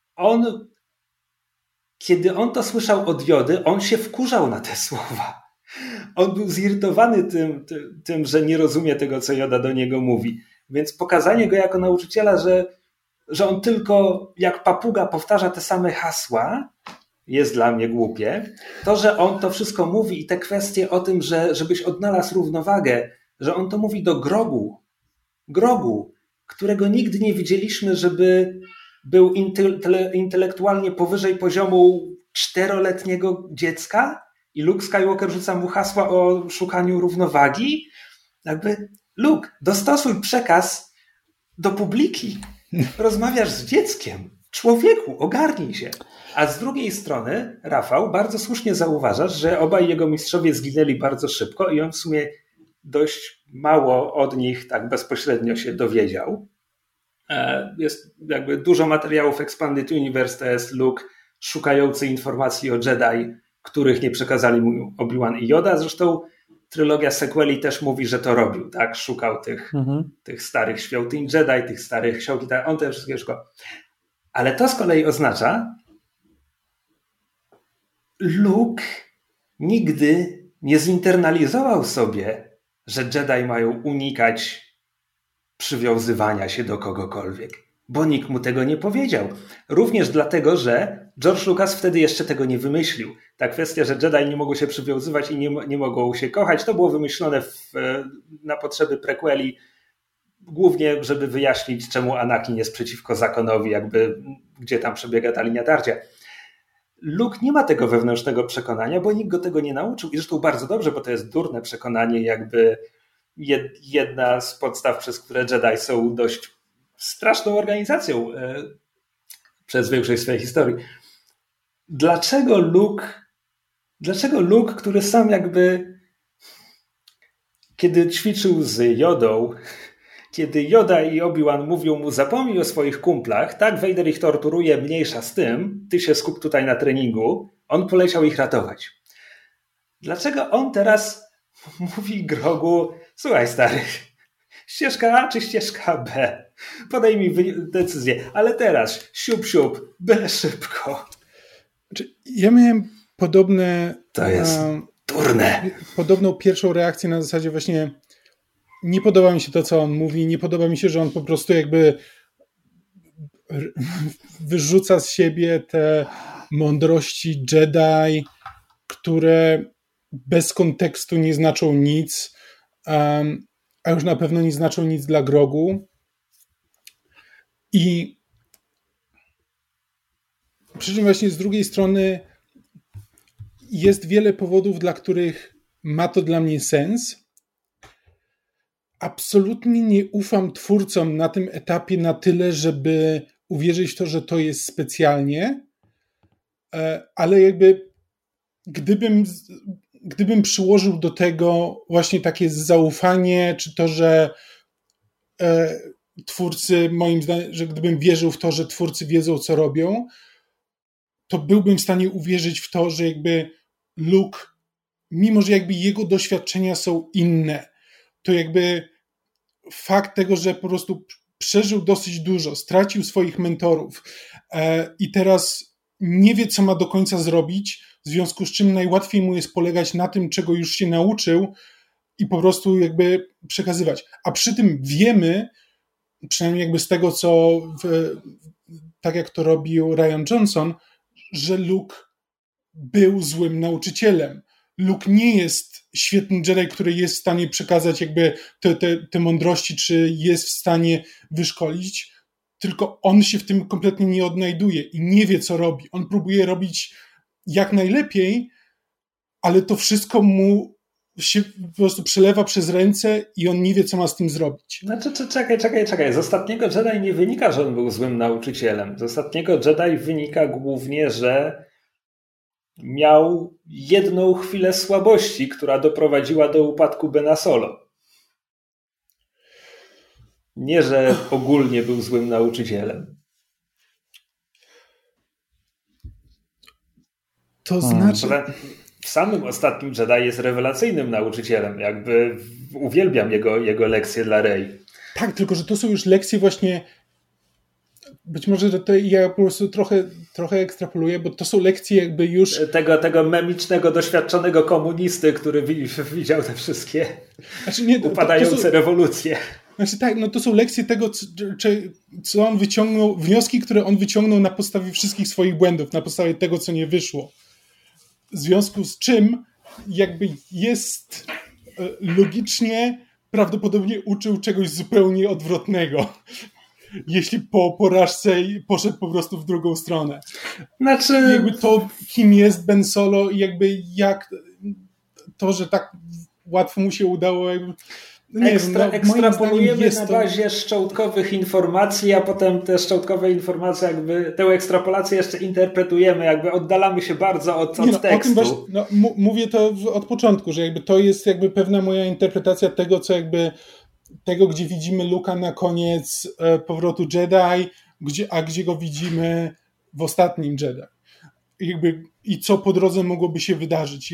kiedy on to słyszał od Jody, on się wkurzał na te słowa. On był zirytowany tym, że nie rozumie tego, co Joda do niego mówi. Więc pokazanie go jako nauczyciela, że on tylko jak papuga powtarza te same hasła, jest dla mnie głupie. To, że on to wszystko mówi i te kwestie o tym, żebyś odnalazł równowagę, że on to mówi do Grogu, którego nigdy nie widzieliśmy, żeby był intelektualnie powyżej poziomu 4-letniego dziecka i Luke Skywalker rzuca mu hasła o szukaniu równowagi. Jakby, Luke, dostosuj przekaz do publiki. Rozmawiasz z dzieckiem. Człowieku, ogarnij się. A z drugiej strony, Rafał, bardzo słusznie zauważasz, że obaj jego mistrzowie zginęli bardzo szybko i on w sumie dość mało od nich tak bezpośrednio się dowiedział. Jest jakby dużo materiałów Expanded Universe, to jest Luke szukający informacji o Jedi, których nie przekazali mu Obi-Wan i Yoda. Zresztą trylogia sequeli też mówi, że to robił, tak? Szukał tych starych świątyń Jedi, tych starych ksiąg, on też wszystkiego szukał. Ale to z kolei oznacza, Luke nigdy nie zinternalizował sobie, że Jedi mają unikać przywiązywania się do kogokolwiek, bo nikt mu tego nie powiedział. Również dlatego, że George Lucas wtedy jeszcze tego nie wymyślił. Ta kwestia, że Jedi nie mogą się przywiązywać i nie mogą się kochać, to było wymyślone na potrzeby prequeli, głównie żeby wyjaśnić, czemu Anakin jest przeciwko zakonowi, jakby gdzie tam przebiega ta linia tarcia. Luke nie ma tego wewnętrznego przekonania, bo nikt go tego nie nauczył i zresztą bardzo dobrze, bo to jest durne przekonanie, jakby jedna z podstaw, przez które Jedi są dość straszną organizacją przez większość swojej historii. Dlaczego Luke, który sam jakby kiedy ćwiczył z Jodą, kiedy Yoda i Obi-Wan mówią mu zapomnij o swoich kumplach, tak Vader ich torturuje, mniejsza z tym, ty się skup tutaj na treningu, on poleciał ich ratować. Dlaczego on teraz mówi Grogu, słuchaj stary, ścieżka A czy ścieżka B? Podejmij decyzję, ale teraz siup, byle szybko. Ja miałem podobne... To jest durne. Podobną pierwszą reakcję na zasadzie właśnie nie podoba mi się to, co on mówi, nie podoba mi się, że on po prostu jakby wyrzuca z siebie te mądrości Jedi, które bez kontekstu nie znaczą nic, a już na pewno nie znaczą nic dla Grogu. I przy czym właśnie z drugiej strony jest wiele powodów, dla których ma to dla mnie sens. Absolutnie nie ufam twórcom na tym etapie na tyle, żeby uwierzyć w to, że to jest specjalnie, ale jakby gdybym przyłożył do tego właśnie takie zaufanie, czy to, że twórcy, moim zdaniem, że gdybym wierzył w to, że twórcy wiedzą, co robią, to byłbym w stanie uwierzyć w to, że jakby Luke, mimo że jakby jego doświadczenia są inne, to jakby fakt tego, że po prostu przeżył dosyć dużo, stracił swoich mentorów i teraz nie wie, co ma do końca zrobić, w związku z czym najłatwiej mu jest polegać na tym, czego już się nauczył i po prostu jakby przekazywać. A przy tym wiemy, przynajmniej jakby z tego, co tak jak to robił Rian Johnson, że Luke był złym nauczycielem. Luke nie jest świetny Jedi, który jest w stanie przekazać jakby te mądrości, czy jest w stanie wyszkolić, tylko on się w tym kompletnie nie odnajduje i nie wie, co robi. On próbuje robić jak najlepiej, ale to wszystko mu się po prostu przelewa przez ręce i on nie wie, co ma z tym zrobić. Znaczy, czekaj. Z ostatniego Jedi nie wynika, że on był złym nauczycielem. Z ostatniego Jedi wynika głównie, że miał jedną chwilę słabości, która doprowadziła do upadku Bena Solo. Nie, że ogólnie był złym nauczycielem. To znaczy... W samym ostatnim Jedi jest rewelacyjnym nauczycielem. Jakby uwielbiam jego lekcje dla Rey. Tak, tylko że to są już lekcje właśnie... Być może, że to ja po prostu trochę ekstrapoluję, bo to są lekcje jakby już... Tego memicznego, doświadczonego komunisty, który widział te wszystkie upadające rewolucje. Znaczy tak, no to są lekcje tego, co on wyciągnął, wnioski, które on wyciągnął na podstawie wszystkich swoich błędów, na podstawie tego, co nie wyszło. W związku z czym jakby jest logicznie, prawdopodobnie uczył czegoś zupełnie odwrotnego. Jeśli po porażce poszedł po prostu w drugą stronę. Znaczy... Jakby to, kim jest Ben Solo i jakby jak to, że tak łatwo mu się udało... Jakby, ekstrapolujemy na bazie szczątkowych informacji, a potem te szczątkowe informacje jakby tę ekstrapolację jeszcze interpretujemy, jakby oddalamy się bardzo od tekstu. Mówię to od początku, że jakby to jest jakby pewna moja interpretacja tego, co jakby tego, gdzie widzimy Luka na koniec Powrotu Jedi, gdzie go widzimy w ostatnim Jedi. I co po drodze mogłoby się wydarzyć.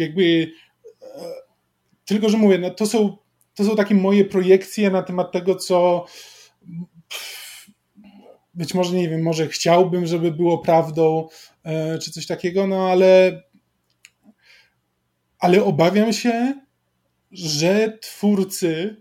Tylko, że mówię, no to są takie moje projekcje na temat tego, co być może, nie wiem, może chciałbym, żeby było prawdą, czy coś takiego, no ale obawiam się, że twórcy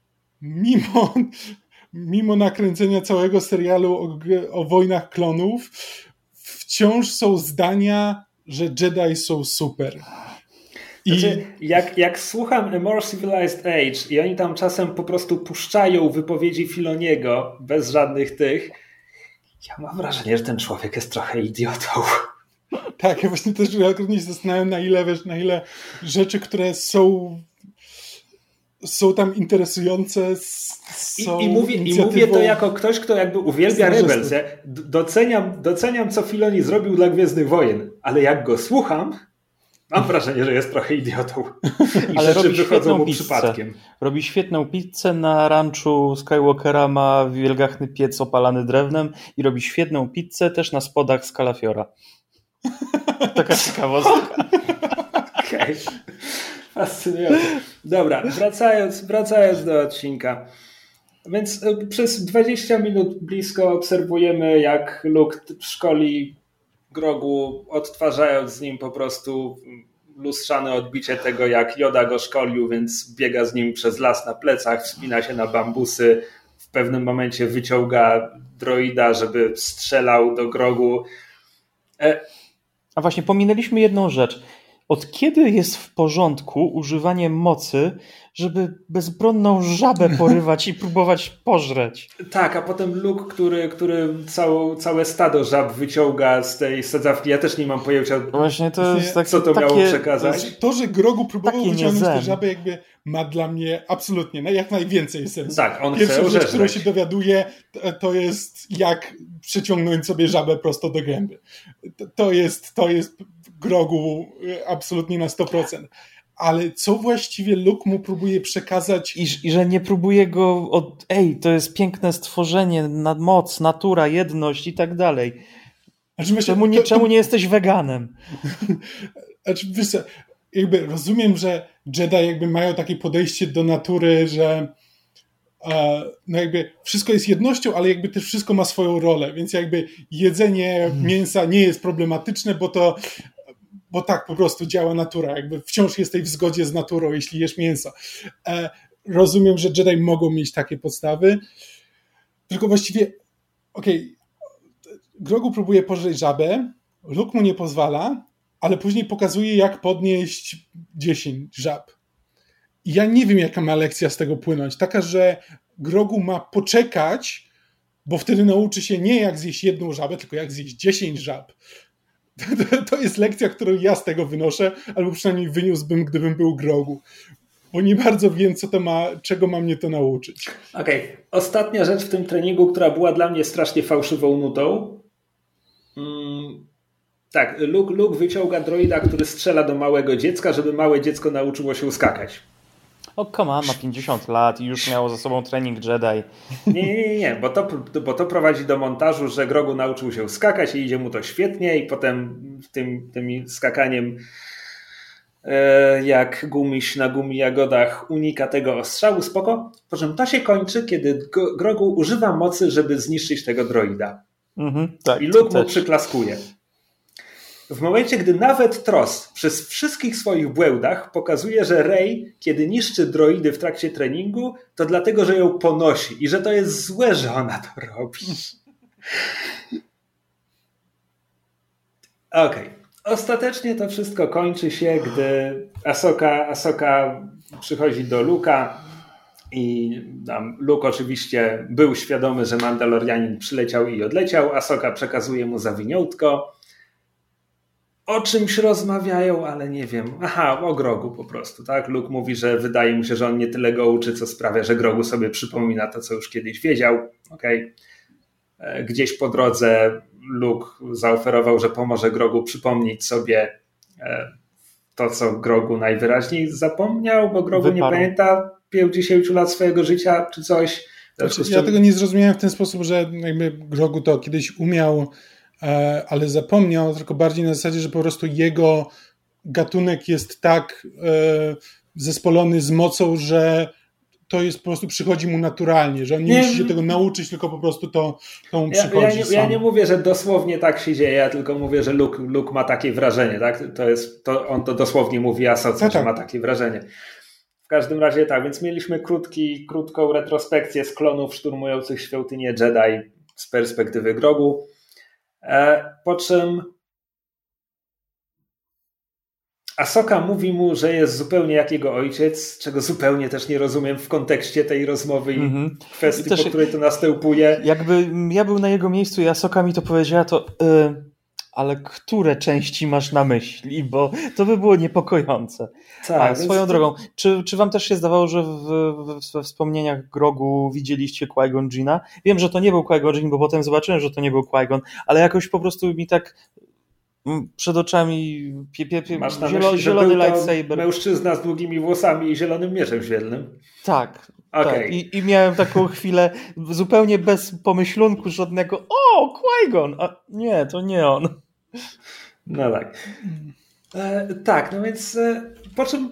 mimo nakręcenia całego serialu o Wojnach Klonów wciąż są zdania, że Jedi są super. Znaczy, jak słucham A More Civilized Age i oni tam czasem po prostu puszczają wypowiedzi Filoniego bez żadnych tych, ja mam wrażenie, że ten człowiek jest trochę idiotą. Tak, ja właśnie też wielokrotnie się zastanawiam, na ile rzeczy, które są tam interesujące, są I mówię to jako ktoś, kto jakby uwielbia Rebels. Ja doceniam, co Filoni zrobił dla Gwiezdnych Wojen, ale jak go słucham, mam wrażenie, że jest trochę idiotą. Ale robi świetną pizzę. Przypadkiem. Robi świetną pizzę na ranczu Skywalkera, ma wielgachny piec opalany drewnem i robi świetną pizzę też na spodach z kalafiora. Taka ciekawostka. Okej. Fascynujące. Dobra, wracając do odcinka. Więc przez 20 minut blisko obserwujemy, jak Luke szkoli Grogu, odtwarzając z nim po prostu lustrzane odbicie tego, jak Yoda go szkolił, więc biega z nim przez las na plecach, wspina się na bambusy, w pewnym momencie wyciąga droida, żeby strzelał do Grogu. A właśnie, pominęliśmy jedną rzecz. Od kiedy jest w porządku używanie mocy, żeby bezbronną żabę porywać i próbować pożreć? Tak, a potem Luke, który całe stado żab wyciąga z tej sadzawki. Ja też nie mam pojęcia, właśnie to jest co to miało przekazać. To, że Grogu próbował wyciągnąć tę żabę, jakby ma dla mnie absolutnie jak najwięcej sensu. Tak, on Pierwsza rzecz, którą się dowiaduje, to jest jak przyciągnąć sobie żabę prosto do gęby. To jest Grogu absolutnie na 100%. Ale co właściwie Luke mu próbuje przekazać? I że nie próbuje go to jest piękne stworzenie, moc, natura, jedność i tak dalej. Czemu nie jesteś weganem? Jakby rozumiem, że Jedi jakby mają takie podejście do natury, że no jakby wszystko jest jednością, ale jakby też wszystko ma swoją rolę, więc jakby jedzenie mięsa nie jest problematyczne, bo tak po prostu działa natura. Jakby wciąż jesteś w zgodzie z naturą, jeśli jesz mięso. Rozumiem, że Jedi mogą mieć takie podstawy, tylko właściwie Grogu próbuje pożreć żabę, Luke mu nie pozwala, ale później pokazuje, jak podnieść 10 żab. I ja nie wiem, jaka ma lekcja z tego płynąć. Taka, że Grogu ma poczekać, bo wtedy nauczy się nie jak zjeść jedną żabę, tylko jak zjeść 10 żab. To jest lekcja, którą ja z tego wynoszę, albo przynajmniej wyniósłbym, gdybym był Grogu. Bo nie bardzo wiem, czego ma mnie to nauczyć. Okej. Ostatnia rzecz w tym treningu, która była dla mnie strasznie fałszywą nutą. Tak, Luke wyciąga droida, który strzela do małego dziecka, żeby małe dziecko nauczyło się skakać. O, come on, ma 50 lat i już miało za sobą trening Jedi. Nie, bo to prowadzi do montażu, że Grogu nauczył się skakać i idzie mu to świetnie i potem tym skakaniem jak gumiś na gumijagodach unika tego ostrzału, spoko. Po czym to się kończy, kiedy Grogu używa mocy, żeby zniszczyć tego droida. Tak, i Luke mu przyklaskuje. W momencie, gdy nawet Tross przez wszystkich swoich błędach pokazuje, że Rey, kiedy niszczy droidy w trakcie treningu, to dlatego, że ją ponosi i że to jest złe, że ona to robi. Okej. Ostatecznie to wszystko kończy się, gdy Ahsoka przychodzi do Luke'a i tam Luke oczywiście był świadomy, że Mandalorianin przyleciał i odleciał. Ahsoka przekazuje mu zawiniątko. O czymś rozmawiają, ale nie wiem. Aha, o Grogu po prostu, tak? Luke mówi, że wydaje mu się, że on nie tyle go uczy, co sprawia, że Grogu sobie przypomina to, co już kiedyś wiedział. Okej. Gdzieś po drodze Luke zaoferował, że pomoże Grogu przypomnieć sobie to, co Grogu najwyraźniej zapomniał, bo Grogu nie pamięta 50 lat swojego życia czy coś. Ja tego nie zrozumiałem w ten sposób, że jakby Grogu to kiedyś umiał, ale zapomniał, tylko bardziej na zasadzie, że po prostu jego gatunek jest tak zespolony z mocą, że to jest po prostu przychodzi mu naturalnie, że on nie musi się tego nauczyć, tylko po prostu to mu przychodzi ja nie mówię, że dosłownie tak się dzieje, ja tylko mówię, że Luke ma takie wrażenie, tak? On to dosłownie mówi Ahsoce, że ma takie wrażenie. W każdym razie tak, więc mieliśmy krótką retrospekcję z klonów szturmujących świątynię Jedi z perspektywy Grogu, po czym Ahsoka mówi mu, że jest zupełnie jak jego ojciec, czego zupełnie też nie rozumiem w kontekście tej rozmowy i kwestii, po której to następuje. Jakby ja był na jego miejscu i Ahsoka mi to powiedziała, to ale które części masz na myśli? Bo to by było niepokojące. Tak, swoją drogą, czy wam też się zdawało, że we wspomnieniach Grogu widzieliście Qui-Gon Jinna? Wiem, że to nie był Qui-Gon Jinn, bo potem zobaczyłem, że to nie był Qui-Gon, ale jakoś po prostu mi tak przed oczami zielony lightsaber. Mężczyzna z długimi włosami i zielonym mieczem świetlnym. Tak. Okay. Tak. I miałem taką chwilę zupełnie bez pomyślunku żadnego. O, Qui-Gon! A nie, to nie on. No tak. Tak, no więc po czym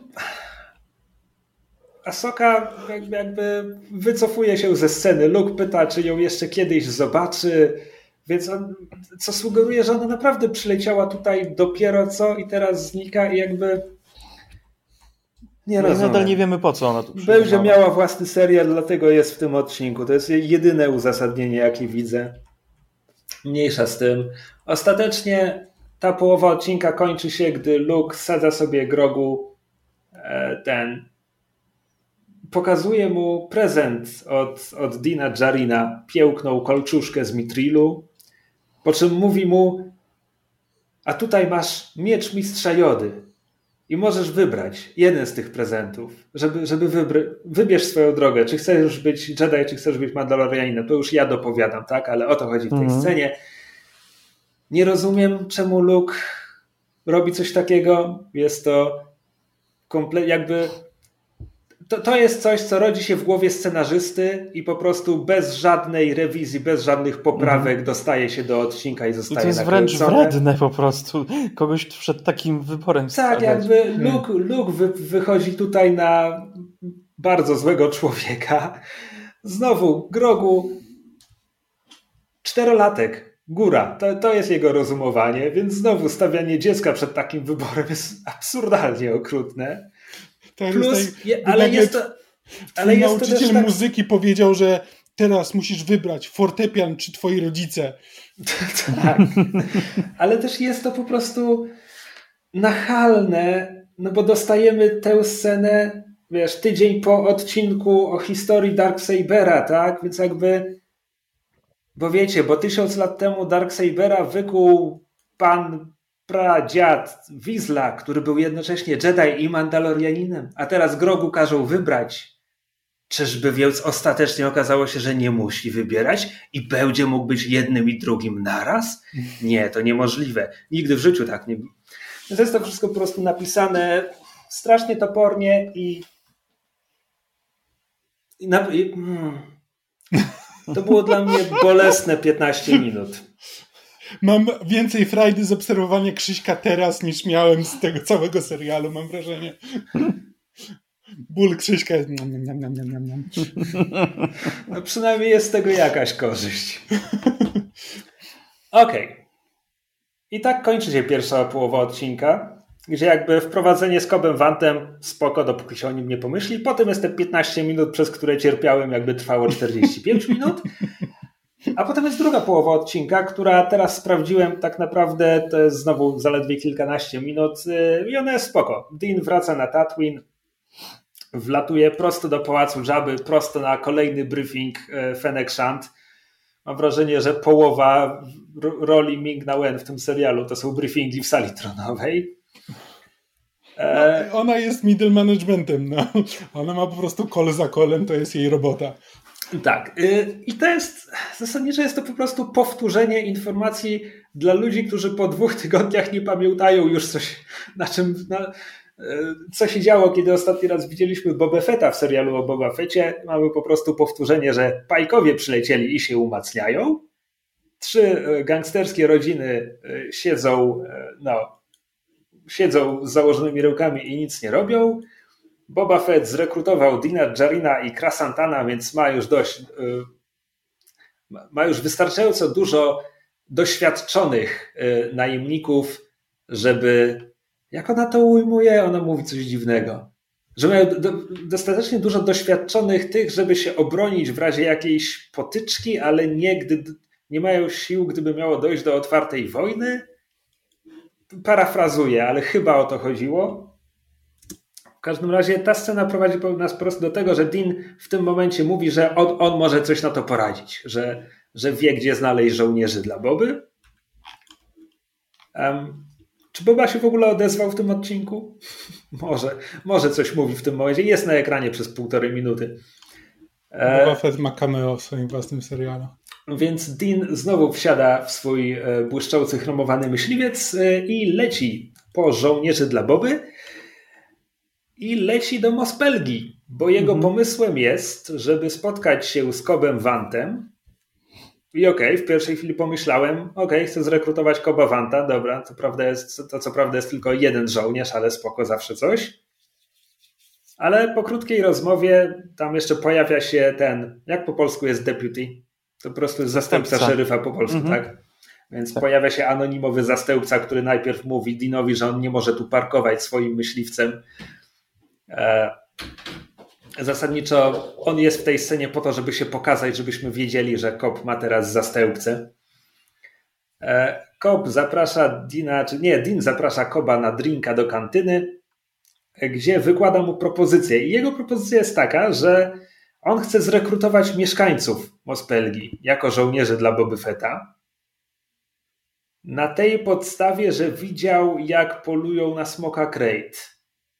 Ahsoka jakby wycofuje się ze sceny. Luke pyta, czy ją jeszcze kiedyś zobaczy. Więc co sugeruje, że ona naprawdę przyleciała tutaj dopiero co i teraz znika i jakby nie rozumiem. Nadal nie wiemy, po co ona tu przyjechała. Będzie miała własny serial, dlatego jest w tym odcinku. To jest jedyne uzasadnienie, jakie widzę. Mniejsza z tym. Ostatecznie ta połowa odcinka kończy się, gdy Luke sadza sobie Grogu pokazuje mu prezent od Dina Djarina, piękną kolczuszkę z mitrilu, po czym mówi mu, a tutaj masz miecz mistrza Jody i możesz wybrać jeden z tych prezentów, wybierz swoją drogę, czy chcesz być Jedi, czy chcesz być Mandalorianinem, to już ja dopowiadam, tak, ale o to chodzi w tej scenie. Nie rozumiem, czemu Luke robi coś takiego, jest to jakby to jest coś, co rodzi się w głowie scenarzysty i po prostu bez żadnej rewizji, bez żadnych poprawek dostaje się do odcinka i zostaje nakręcone. To jest wręcz wredne po prostu. Kogoś przed takim wyborem stawiać. Tak, jakby Luke wychodzi tutaj na bardzo złego człowieka. Znowu, Grogu 4-latek, góra. To jest jego rozumowanie, więc znowu stawianie dziecka przed takim wyborem jest absurdalnie okrutne. Plus, nauczyciel muzyki powiedział, że teraz musisz wybrać fortepian czy twoi rodzice. Tak, ale też jest to po prostu nachalne, no bo dostajemy tę scenę, wiesz, tydzień po odcinku o historii Darksabera, tak? Więc jakby, bo wiecie, bo 1000 lat temu Darksabera wykuł pan pradziad Wizla, który był jednocześnie Jedi i Mandalorianinem, a teraz Grogu każą wybrać. Czyżby więc ostatecznie okazało się, że nie musi wybierać i będzie mógł być jednym i drugim naraz? Nie, to niemożliwe. Nigdy w życiu tak nie było. Więc jest to wszystko po prostu napisane strasznie topornie i To było dla mnie bolesne 15 minut. Mam więcej frajdy z obserwowania Krzyśka teraz, niż miałem z tego całego serialu, mam wrażenie. Ból Krzyśka jest... No przynajmniej jest z tego jakaś korzyść. Okej. I tak kończy się pierwsza połowa odcinka, gdzie jakby wprowadzenie z Cobem Vantem spoko, dopóki się o nim nie pomyśli. Potem jest te 15 minut, przez które cierpiałem, jakby trwało 45 minut. A potem jest druga połowa odcinka, która teraz sprawdziłem, tak naprawdę to jest znowu zaledwie kilkanaście minut i ona jest spoko. Dean wraca na Tatooine, wlatuje prosto do pałacu Jabby, prosto na kolejny briefing Fennec Shand. Mam wrażenie, że połowa roli Ming-Na Wen w tym serialu to są briefingi w sali tronowej. No, ona jest middle managementem. No. Ona ma po prostu call za callem, to jest jej robota. Tak. I to jest, zasadniczo jest to po prostu powtórzenie informacji dla ludzi, którzy po 2 tygodniach nie pamiętają już coś, co się działo, kiedy ostatni raz widzieliśmy Boba Fetta w serialu o Boba Fetcie. Mamy po prostu powtórzenie, że Pike'owie przylecieli i się umacniają. 3 gangsterskie rodziny siedzą z założonymi rękami i nic nie robią. Boba Fett zrekrutował Dina Djarina i Krasantana, więc ma już wystarczająco dużo doświadczonych najemników, żeby, jak ona to ujmuje, ona mówi coś dziwnego, że mają dostatecznie dużo doświadczonych tych, żeby się obronić w razie jakiejś potyczki, ale nie mają sił, gdyby miało dojść do otwartej wojny. Parafrazuję, ale chyba o to chodziło. W każdym razie ta scena prowadzi nas po prostu do tego, że Dean w tym momencie mówi, że on może coś na to poradzić, że wie, gdzie znaleźć żołnierzy dla Boby. Czy Boba się w ogóle odezwał w tym odcinku? Może coś mówi w tym momencie. Jest na ekranie przez 1,5 minuty. Boba Fett ma cameo w swoim własnym serialu. Więc Dean znowu wsiada w swój błyszczący chromowany myśliwiec i leci po żołnierzy dla Boby i leci do Mospelgi, bo jego pomysłem jest, żeby spotkać się z Cobem Vantem i w pierwszej chwili pomyślałem, chcę zrekrutować Coba Vanta, dobra, to co prawda jest tylko 1 żołnierz, ale spoko, zawsze coś. Ale po krótkiej rozmowie tam jeszcze pojawia się jak po polsku jest deputy? To po prostu jest zastępca szeryfa po polsku, tak? Więc pojawia się anonimowy zastępca, który najpierw mówi Deanowi, że on nie może tu parkować swoim myśliwcem. Zasadniczo on jest w tej scenie po to, żeby się pokazać, żebyśmy wiedzieli, że Cobb ma teraz zastępcę. Cobb zaprasza Dean zaprasza Cobba na drinka do kantyny, gdzie wykłada mu propozycję. I jego propozycja jest taka, że on chce zrekrutować mieszkańców Mospelgi jako żołnierzy dla Boby Fetta. Na tej podstawie, że widział, jak polują na smoka Crate.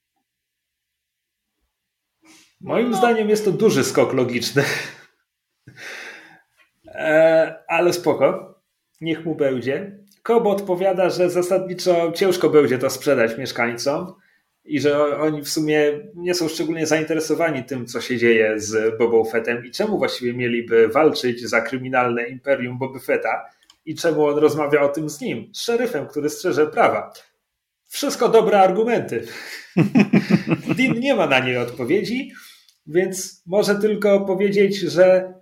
Moim zdaniem jest to duży skok logiczny. Ale spoko. Niech mu będzie. Cobb odpowiada, że zasadniczo ciężko będzie to sprzedać mieszkańcom i że oni w sumie nie są szczególnie zainteresowani tym, co się dzieje z Bobą Fettem i czemu właściwie mieliby walczyć za kryminalne imperium Boby Fetta i czemu on rozmawia o tym z nim, z szeryfem, który strzeże prawa. Wszystko dobre argumenty. Dean nie ma na nie odpowiedzi, więc może tylko powiedzieć, że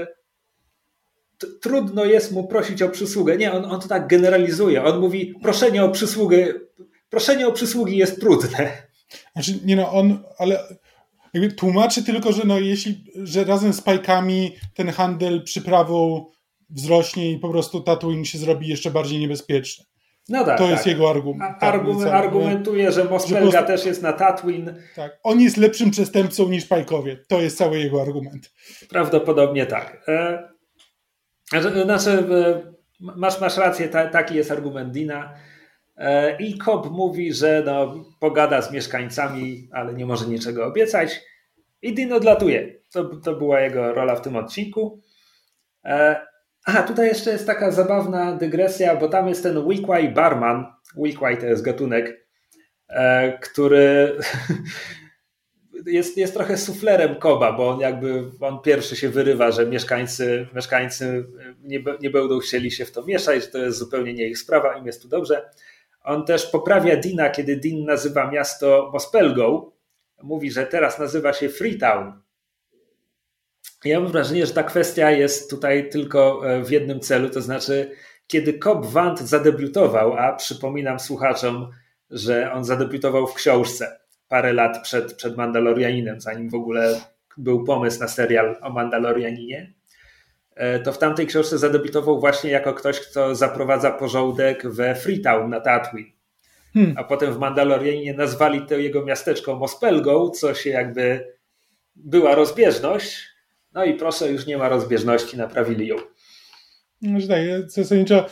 trudno jest mu prosić o przysługę. Nie, on to tak generalizuje. On mówi, proszenie o przysługi jest trudne. Znaczy, ale jakby tłumaczy tylko, że że razem z Pike'ami ten handel przyprawą wzrośnie i po prostu Tatooine się zrobi jeszcze bardziej niebezpieczny. No tak, to jest jego argument. Argumentuje, że Mospelga też jest na Tatooine. Tak, on jest lepszym przestępcą niż Pike'owie. To jest cały jego argument. Prawdopodobnie tak. Znaczy, masz rację, taki jest argument Deana. I Cobb mówi, że pogada z mieszkańcami, ale nie może niczego obiecać. I Dean odlatuje. To była jego rola w tym odcinku. Tutaj jeszcze jest taka zabawna dygresja, bo tam jest ten Weequay barman. Weequay to jest gatunek, który jest trochę suflerem Coba, bo on pierwszy się wyrywa, że mieszkańcy nie będą chcieli się w to mieszać, że to jest zupełnie nie ich sprawa, im jest tu dobrze. On też poprawia Deana, kiedy Dean nazywa miasto Mospelgo. Mówi, że teraz nazywa się Freetown. Ja mam wrażenie, że ta kwestia jest tutaj tylko w jednym celu, to znaczy kiedy Cobb Vanth zadebiutował, a przypominam słuchaczom, że on zadebiutował w książce parę lat przed Mandalorianinem, zanim w ogóle był pomysł na serial o Mandalorianinie, to w tamtej książce zadebiutował właśnie jako ktoś, kto zaprowadza porządek we Freetown na Tatooine. A potem w Mandalorianinie nazwali to jego miasteczko Mospelgo, co się jakby była rozbieżność. No i proszę, już nie ma rozbieżności, naprawili ją. No, że tak, zasadniczo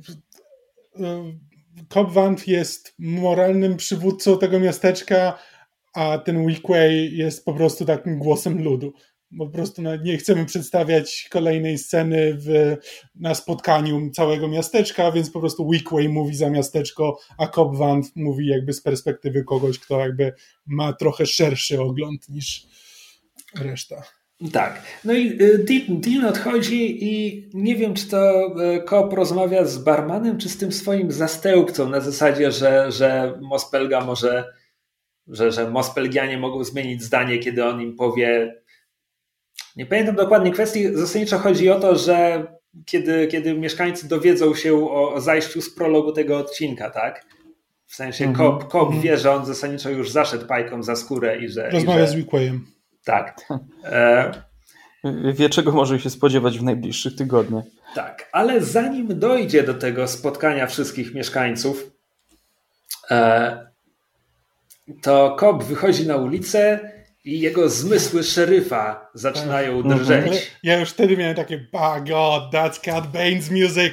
Cobb Vanth jest moralnym przywódcą tego miasteczka, a ten Weequay jest po prostu takim głosem ludu. Po prostu nie chcemy przedstawiać kolejnej sceny na spotkaniu całego miasteczka, więc po prostu Weequay mówi za miasteczko, a Cobb Vanth mówi jakby z perspektywy kogoś, kto jakby ma trochę szerszy ogląd niż reszta. Tak. No i Dean odchodzi i nie wiem, czy to Cobb rozmawia z barmanem, czy z tym swoim zastępcą na zasadzie, że Mospelga może, że Mospelgianie mogą zmienić zdanie, kiedy on im powie. Nie pamiętam dokładnie kwestii. Zasadniczo chodzi o to, że kiedy mieszkańcy dowiedzą się o zajściu z prologu tego odcinka, tak? W sensie Cobb wie, że on zasadniczo już zaszedł pajką za skórę i że... Rozmawia z Weequayem. Tak. Wie, czego może się spodziewać w najbliższych tygodniach. Tak, ale zanim dojdzie do tego spotkania wszystkich mieszkańców, to Cobb wychodzi na ulicę i jego zmysły szeryfa zaczynają drżeć. Ja już wtedy miałem takie, by God, that's Cad Bane's music.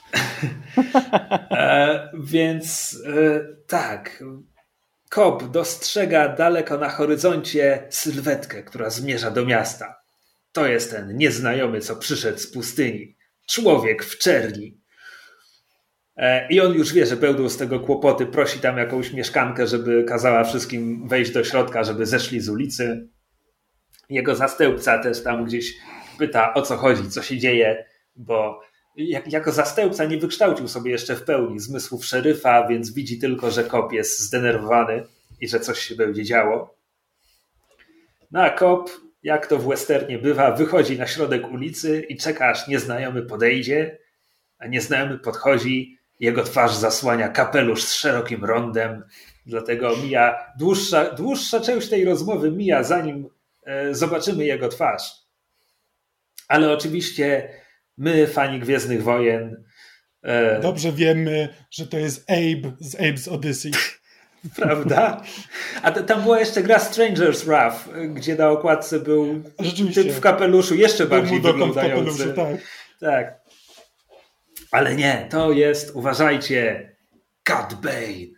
Więc tak, Cobb dostrzega daleko na horyzoncie sylwetkę, która zmierza do miasta. To jest ten nieznajomy, co przyszedł z pustyni. Człowiek w czerni. I on już wie, że będą z tego kłopoty. Prosi tam jakąś mieszkankę, żeby kazała wszystkim wejść do środka, żeby zeszli z ulicy. Jego zastępca też tam gdzieś pyta, o co chodzi, co się dzieje, bo jako zastępca nie wykształcił sobie jeszcze w pełni zmysłów szeryfa, więc widzi tylko, że Cobb jest zdenerwowany i że coś się będzie działo. No a Cobb, jak to w westernie bywa, wychodzi na środek ulicy i czeka, aż nieznajomy podejdzie, a nieznajomy podchodzi, jego twarz zasłania kapelusz z szerokim rondem, dlatego mija dłuższa część tej rozmowy mija, zanim zobaczymy jego twarz. Ale oczywiście my, fani Gwiezdnych Wojen... Dobrze wiemy, że to jest Abe z Abe's Odyssey. Prawda? A tam była jeszcze gra Stranger's Wrath, gdzie na okładce był typ w kapeluszu jeszcze bardziej wyglądający. Tak. Ale nie, to jest, uważajcie, Cad Bane.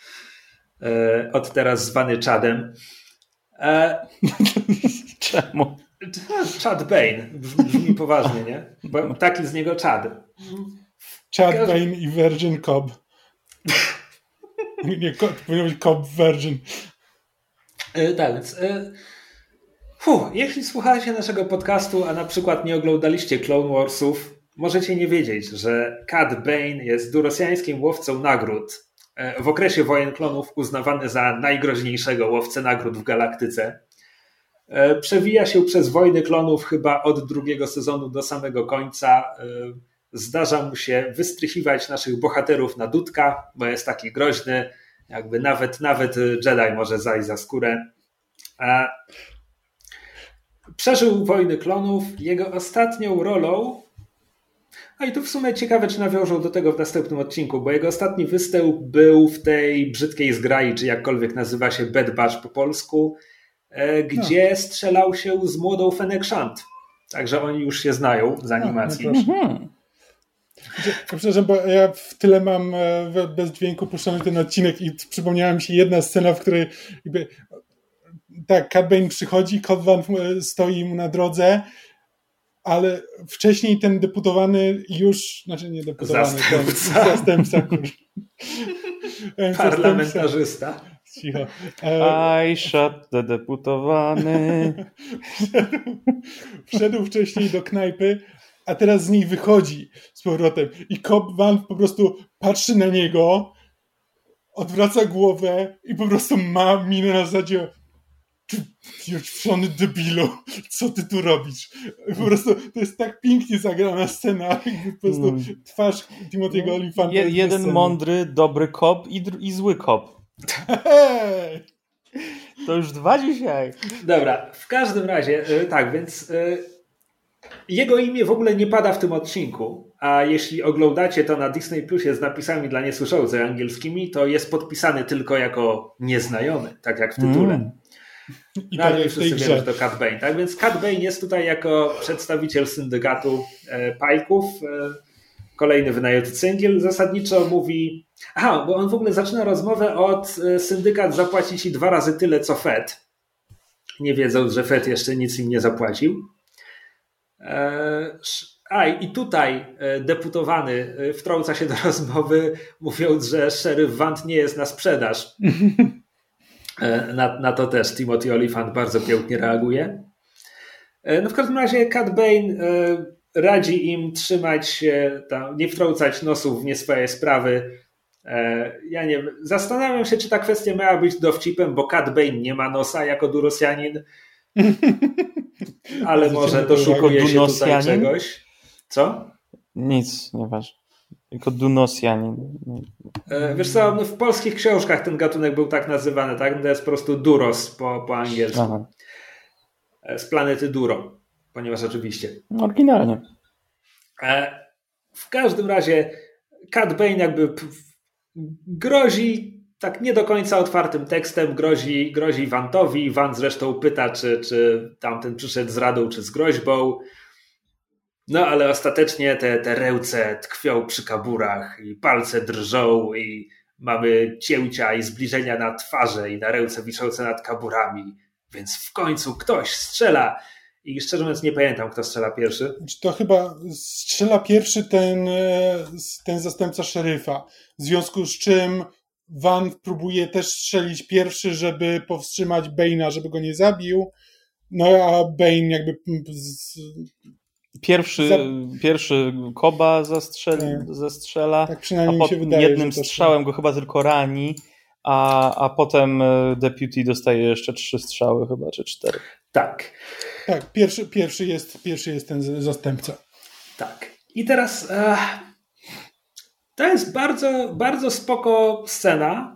Od teraz zwany Chadem. Czemu? Chad Bane. Brzmi poważnie, nie? Bo taki z niego Chad. Chad Bane i Virgin Cobb. Nie, powinien być Cobb Virgin. Tak, więc jeśli słuchacie naszego podcastu, a na przykład nie oglądaliście Clone Warsów, możecie nie wiedzieć, że Cad Bane jest durosjańskim łowcą nagród. W okresie wojen klonów uznawany za najgroźniejszego łowcę nagród w galaktyce. Przewija się przez wojny klonów chyba od drugiego sezonu do samego końca. Zdarza mu się wystrychiwać naszych bohaterów na dudka, bo jest taki groźny, jakby nawet Jedi może zajść za skórę. Przeżył wojny klonów. Jego ostatnią rolą, a i tu w sumie ciekawe, czy nawiążą do tego w następnym odcinku, bo jego ostatni występ był w tej brzydkiej zgrai, czy jakkolwiek nazywa się Bad Batch po polsku, gdzie strzelał się z młodą Fennec Shand. Także oni już się znają z animacji. Przepraszam, bo ja w tyle mam bez dźwięku puszczony ten odcinek i przypomniała mi się jedna scena, w której jakby, tak, Cad Bane przychodzi, Cobb Vanth stoi mu na drodze, ale wcześniej ten deputowany już, znaczy nie deputowany, zastępca. Parlamentarzysta. Cicho. I shot the deputowany. Wszedł wcześniej do knajpy, a teraz z niej wychodzi z powrotem. I Cobb Vanth po prostu patrzy na niego, odwraca głowę i po prostu ma minę na zasadzie pieprzony debilu, co ty tu robisz? Po prostu to jest tak pięknie zagrana scena, jakby po prostu twarz Timothy'ego Olyphanta. Jeden mądry, dobry Cobb i zły Cobb. Hey! To już 2 dzisiaj. Dobra, w każdym razie, tak, więc jego imię w ogóle nie pada w tym odcinku, a jeśli oglądacie to na Disney Plusie z napisami dla niesłyszących angielskimi, to jest podpisany tylko jako nieznajomy, tak jak w tytule. I no, ale wszyscy wiemy, że to Cad Bane. Tak więc Cad Bane jest tutaj jako przedstawiciel syndykatu Pike'ów, kolejny wynajęty cyngiel. Zasadniczo mówi... Aha, bo on w ogóle zaczyna rozmowę od syndykat zapłaci ci 2 razy tyle, co Fed. Nie wiedząc, że Fed jeszcze nic im nie zapłacił. I tutaj deputowany wtrąca się do rozmowy, mówiąc, że szeryf Vanth nie jest na sprzedaż. Na to też Timothy Olyphant bardzo pięknie reaguje. No w każdym razie Cad Bane radzi im trzymać się, tam, nie wtrącać nosów w nie swoje sprawy. Ja nie wiem, zastanawiam się, czy ta kwestia miała być dowcipem, bo Cad Bane nie ma nosa jako Durosjanin, ale może doszukuje się tutaj czegoś. Co? Nic, nieważne. Jako Dunosjanin. Wiesz co, no w polskich książkach ten gatunek był tak nazywany, tak? To jest po prostu Duros po angielsku. Aha. Z planety Duro, ponieważ oczywiście. Oryginalnie. W każdym razie Cad Bane jakby grozi tak nie do końca otwartym tekstem, grozi Vanthowi. Vanth zresztą pyta, czy tamten przyszedł z radą, czy z groźbą. No ale ostatecznie te ręce tkwią przy kaburach i palce drżą i mamy cięcia i zbliżenia na twarze i na ręce wiszące nad kaburami, więc w końcu ktoś strzela i szczerze mówiąc nie pamiętam, kto strzela pierwszy. To chyba strzela pierwszy ten zastępca szeryfa, w związku z czym Vanth próbuje też strzelić pierwszy, żeby powstrzymać Bane'a, żeby go nie zabił, no a Bane jakby Pierwszy Cobba zastrzela, tak przynajmniej mi się wydaje, jednym strzałem go chyba tylko rani, a potem Deputy dostaje jeszcze 3 strzały chyba, czy 4. Tak. Tak, pierwszy jest ten zastępca. Tak. I teraz to jest bardzo, bardzo spoko scena.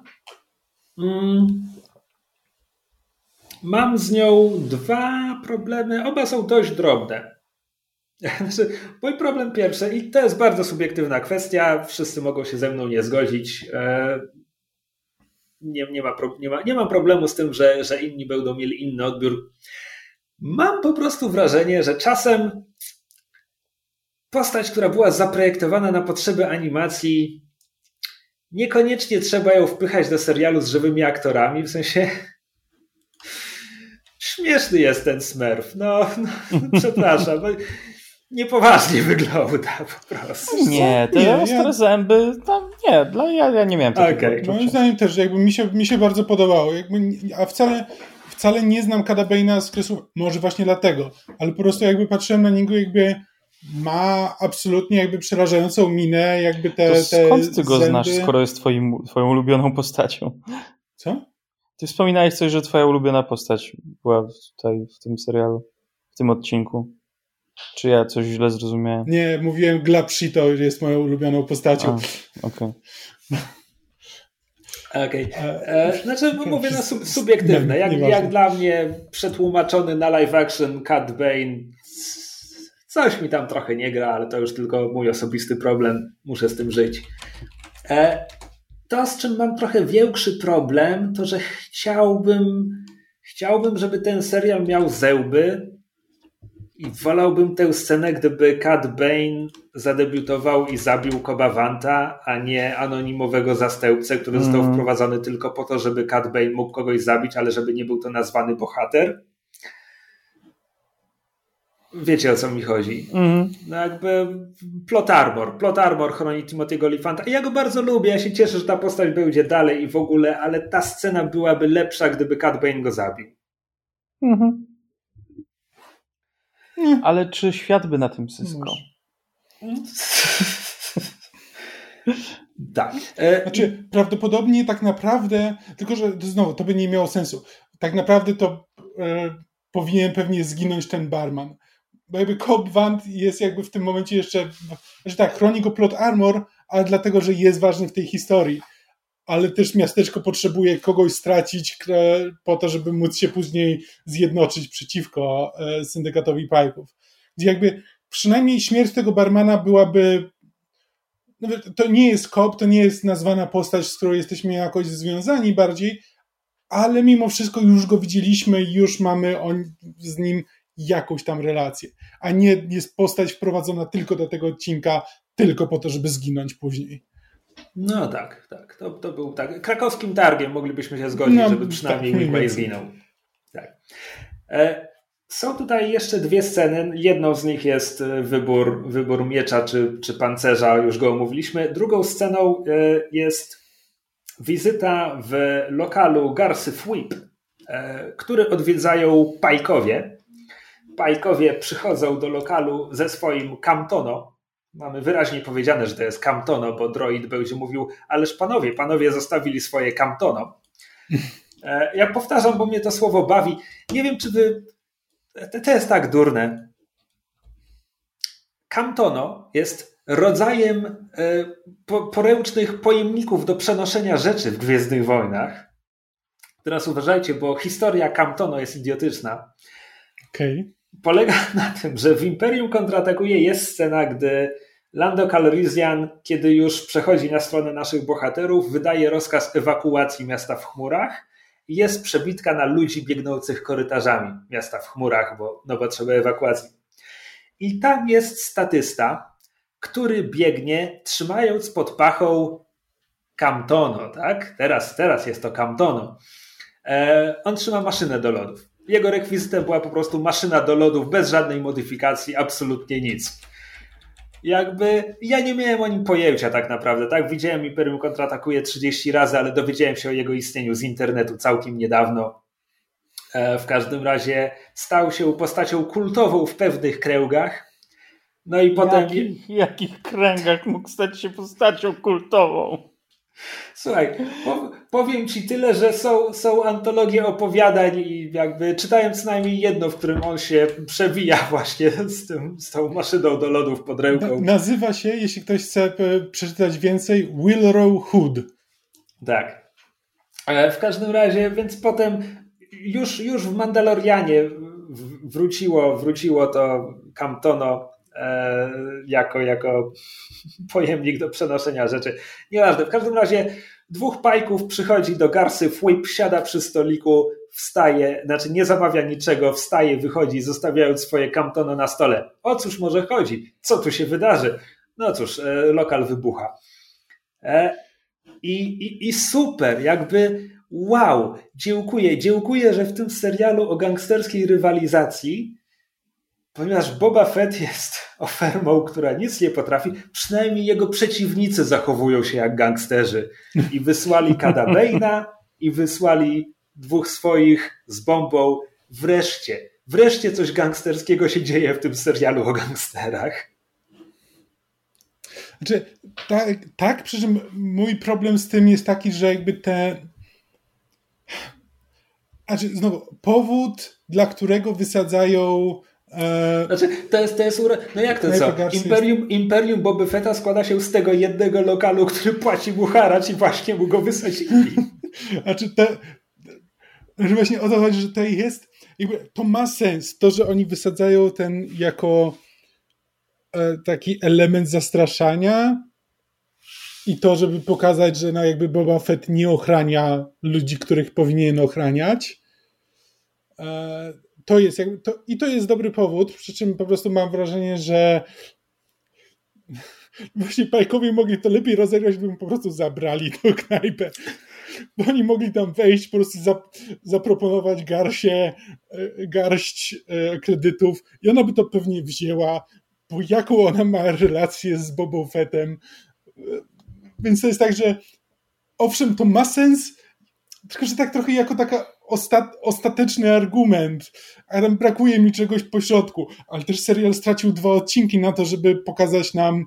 Mam z nią 2 problemy. Oba są dość drobne. Znaczy, mój problem pierwszy, i to jest bardzo kwestia, wszyscy mogą się ze mną nie zgodzić. Nie mam problemu z tym, że inni będą mieli inny odbiór. Mam po prostu wrażenie, że czasem postać, która była zaprojektowana na potrzeby animacji, niekoniecznie trzeba ją wpychać do serialu z żywymi aktorami, w sensie śmieszny jest ten Smurf. No przepraszam. Niepoważnie wygląda po prostu. Nie, te ostre zęby, tam nie, ja nie miałem takiego odczucia. Moim zdaniem też, jakby mi się bardzo podobało, a wcale nie znam Cada Bane'a z kresu, może właśnie dlatego, ale po prostu jakby patrzyłem na niego, jakby ma absolutnie jakby przerażającą minę, jakby te skąd ty go zęby... znasz, skoro jest twoją ulubioną postacią? Co? Ty wspominałeś coś, że twoja ulubiona postać była tutaj w tym serialu, w tym odcinku. Czy ja coś źle zrozumiałem? Nie, mówiłem Glapshito jest moją ulubioną postacią. Okej. Znaczy mówię subiektywne. Jak dla mnie przetłumaczony na live action Cad Bane coś mi tam trochę nie gra, ale to już tylko mój osobisty problem. Muszę z tym żyć. To, z czym mam trochę większy problem, to że chciałbym, żeby ten serial miał zęby i wolałbym tę scenę, gdyby Cad Bane zadebiutował i zabił Cobba Vantha, a nie anonimowego zastępcę, który został wprowadzony tylko po to, żeby Cad Bane mógł kogoś zabić, ale żeby nie był to nazwany bohater. wiecie, o co mi chodzi. No jakby plot armor chroni Timothy'ego Olyphanta. I ja go bardzo lubię, ja się cieszę, że ta postać będzie dalej i w ogóle, ale ta scena byłaby lepsza, gdyby Cad Bane go zabił. Ale czy świat by na tym zyskał? Tak. Znaczy, prawdopodobnie tak naprawdę, tylko że znowu, to by nie miało sensu. Tak naprawdę to powinien pewnie zginąć ten barman. Bo jakby Cobb Vanth jest jakby w tym momencie jeszcze, że tak, chroni go plot armor, ale dlatego, że jest ważny w tej historii. Ale też miasteczko potrzebuje kogoś stracić po to, żeby móc się później zjednoczyć przeciwko syndykatowi Pike'ów. Gdzie jakby przynajmniej śmierć tego barmana byłaby... To nie jest Cobb, to nie jest nazwana postać, z którą jesteśmy jakoś związani bardziej, ale mimo wszystko już go widzieliśmy i już mamy z nim jakąś tam relację. A nie jest postać wprowadzona tylko do tego odcinka, tylko po to, żeby zginąć później. No tak. To był tak. Krakowskim targiem moglibyśmy się zgodzić, żeby przynajmniej Midway zginął. Tak. Są tutaj jeszcze dwie sceny. Jedną z nich jest wybór miecza czy pancerza, już go omówiliśmy. Drugą sceną jest wizyta w lokalu Garsyf Whip, który odwiedzają Pike'owie. Pike'owie przychodzą do lokalu ze swoim Camtono. Mamy wyraźnie powiedziane, że to jest Camtono, bo droid będzie mówił, ależ panowie zostawili swoje Camtono. Ja powtarzam, bo mnie to słowo bawi. Nie wiem, czy wy... To jest tak durne. Camtono jest rodzajem poręcznych pojemników do przenoszenia rzeczy w Gwiezdnych Wojnach. Teraz uważajcie, bo historia Camtono jest idiotyczna. Okay. Polega na tym, że w Imperium kontratakuje jest scena, gdy Lando Calrissian, kiedy już przechodzi na stronę naszych bohaterów, wydaje rozkaz ewakuacji miasta w chmurach i jest przebitka na ludzi biegnących korytarzami miasta w chmurach, bo trzeba ewakuacji. I tam jest statysta, który biegnie trzymając pod pachą Camtono, tak? Teraz jest to Camtono. On trzyma maszynę do lodów. Jego rekwizytem była po prostu maszyna do lodów bez żadnej modyfikacji, absolutnie nic. Jakby ja nie miałem o nim pojęcia tak naprawdę, tak? Widziałem Imperium kontratakuje 30 razy, ale dowiedziałem się o jego istnieniu z internetu całkiem niedawno. W każdym razie stał się postacią kultową w pewnych kręgach. No i potem... W jakich kręgach mógł stać się postacią kultową? Słuchaj, powiem ci tyle, że są antologie opowiadań i jakby czytałem co najmniej jedno, w którym on się przewija właśnie z tą maszyną do lodów pod ręką. Nazywa się, jeśli ktoś chce przeczytać więcej, Willrow Hood. Tak. W każdym razie, więc potem już w Mandalorianie wróciło to Camtono jako pojemnik do przenoszenia rzeczy. Nieważne. W każdym razie dwóch Pike'ów przychodzi do Garsyf Whip, siada przy stoliku, wstaje, znaczy nie zamawia niczego, wstaje, wychodzi, zostawiając swoje Camtono na stole. O cóż może chodzi? Co tu się wydarzy? No cóż, lokal wybucha. I super, jakby wow, dziękuję, że w tym serialu o gangsterskiej rywalizacji, ponieważ Boba Fett jest ofermą, która nic nie potrafi, przynajmniej jego przeciwnicy zachowują się jak gangsterzy. I wysłali Cada Bane'a i wysłali dwóch swoich z bombą. Wreszcie coś gangsterskiego się dzieje w tym serialu o gangsterach. Znaczy, tak, przy czym mój problem z tym jest taki, że jakby znowu, powód, dla którego wysadzają... Znaczy, to jest no jak to co? Imperium Boba Fetta składa się z tego jednego lokalu, który płaci mu haracz i właśnie mu go wysadzili. Znaczy, właśnie o to chodzi, że to jest... Jakby, to ma sens. To, że oni wysadzają ten jako taki element zastraszania i to, żeby pokazać, że jakby Boba Fett nie ochrania ludzi, których powinien ochraniać. To jest to jest dobry powód, przy czym po prostu mam wrażenie, że właśnie Pike'owie mogli to lepiej rozegrać, by mu po prostu zabrali tą knajpę. bo oni mogli tam wejść, po prostu zaproponować garść kredytów i ona by to pewnie wzięła, bo jaką ona ma relację z Bobą Fettem. Więc to jest tak, że owszem, to ma sens, tylko że tak trochę jako taka ostateczny argument, a tam brakuje mi czegoś pośrodku, ale też serial stracił 2 odcinki na to, żeby pokazać nam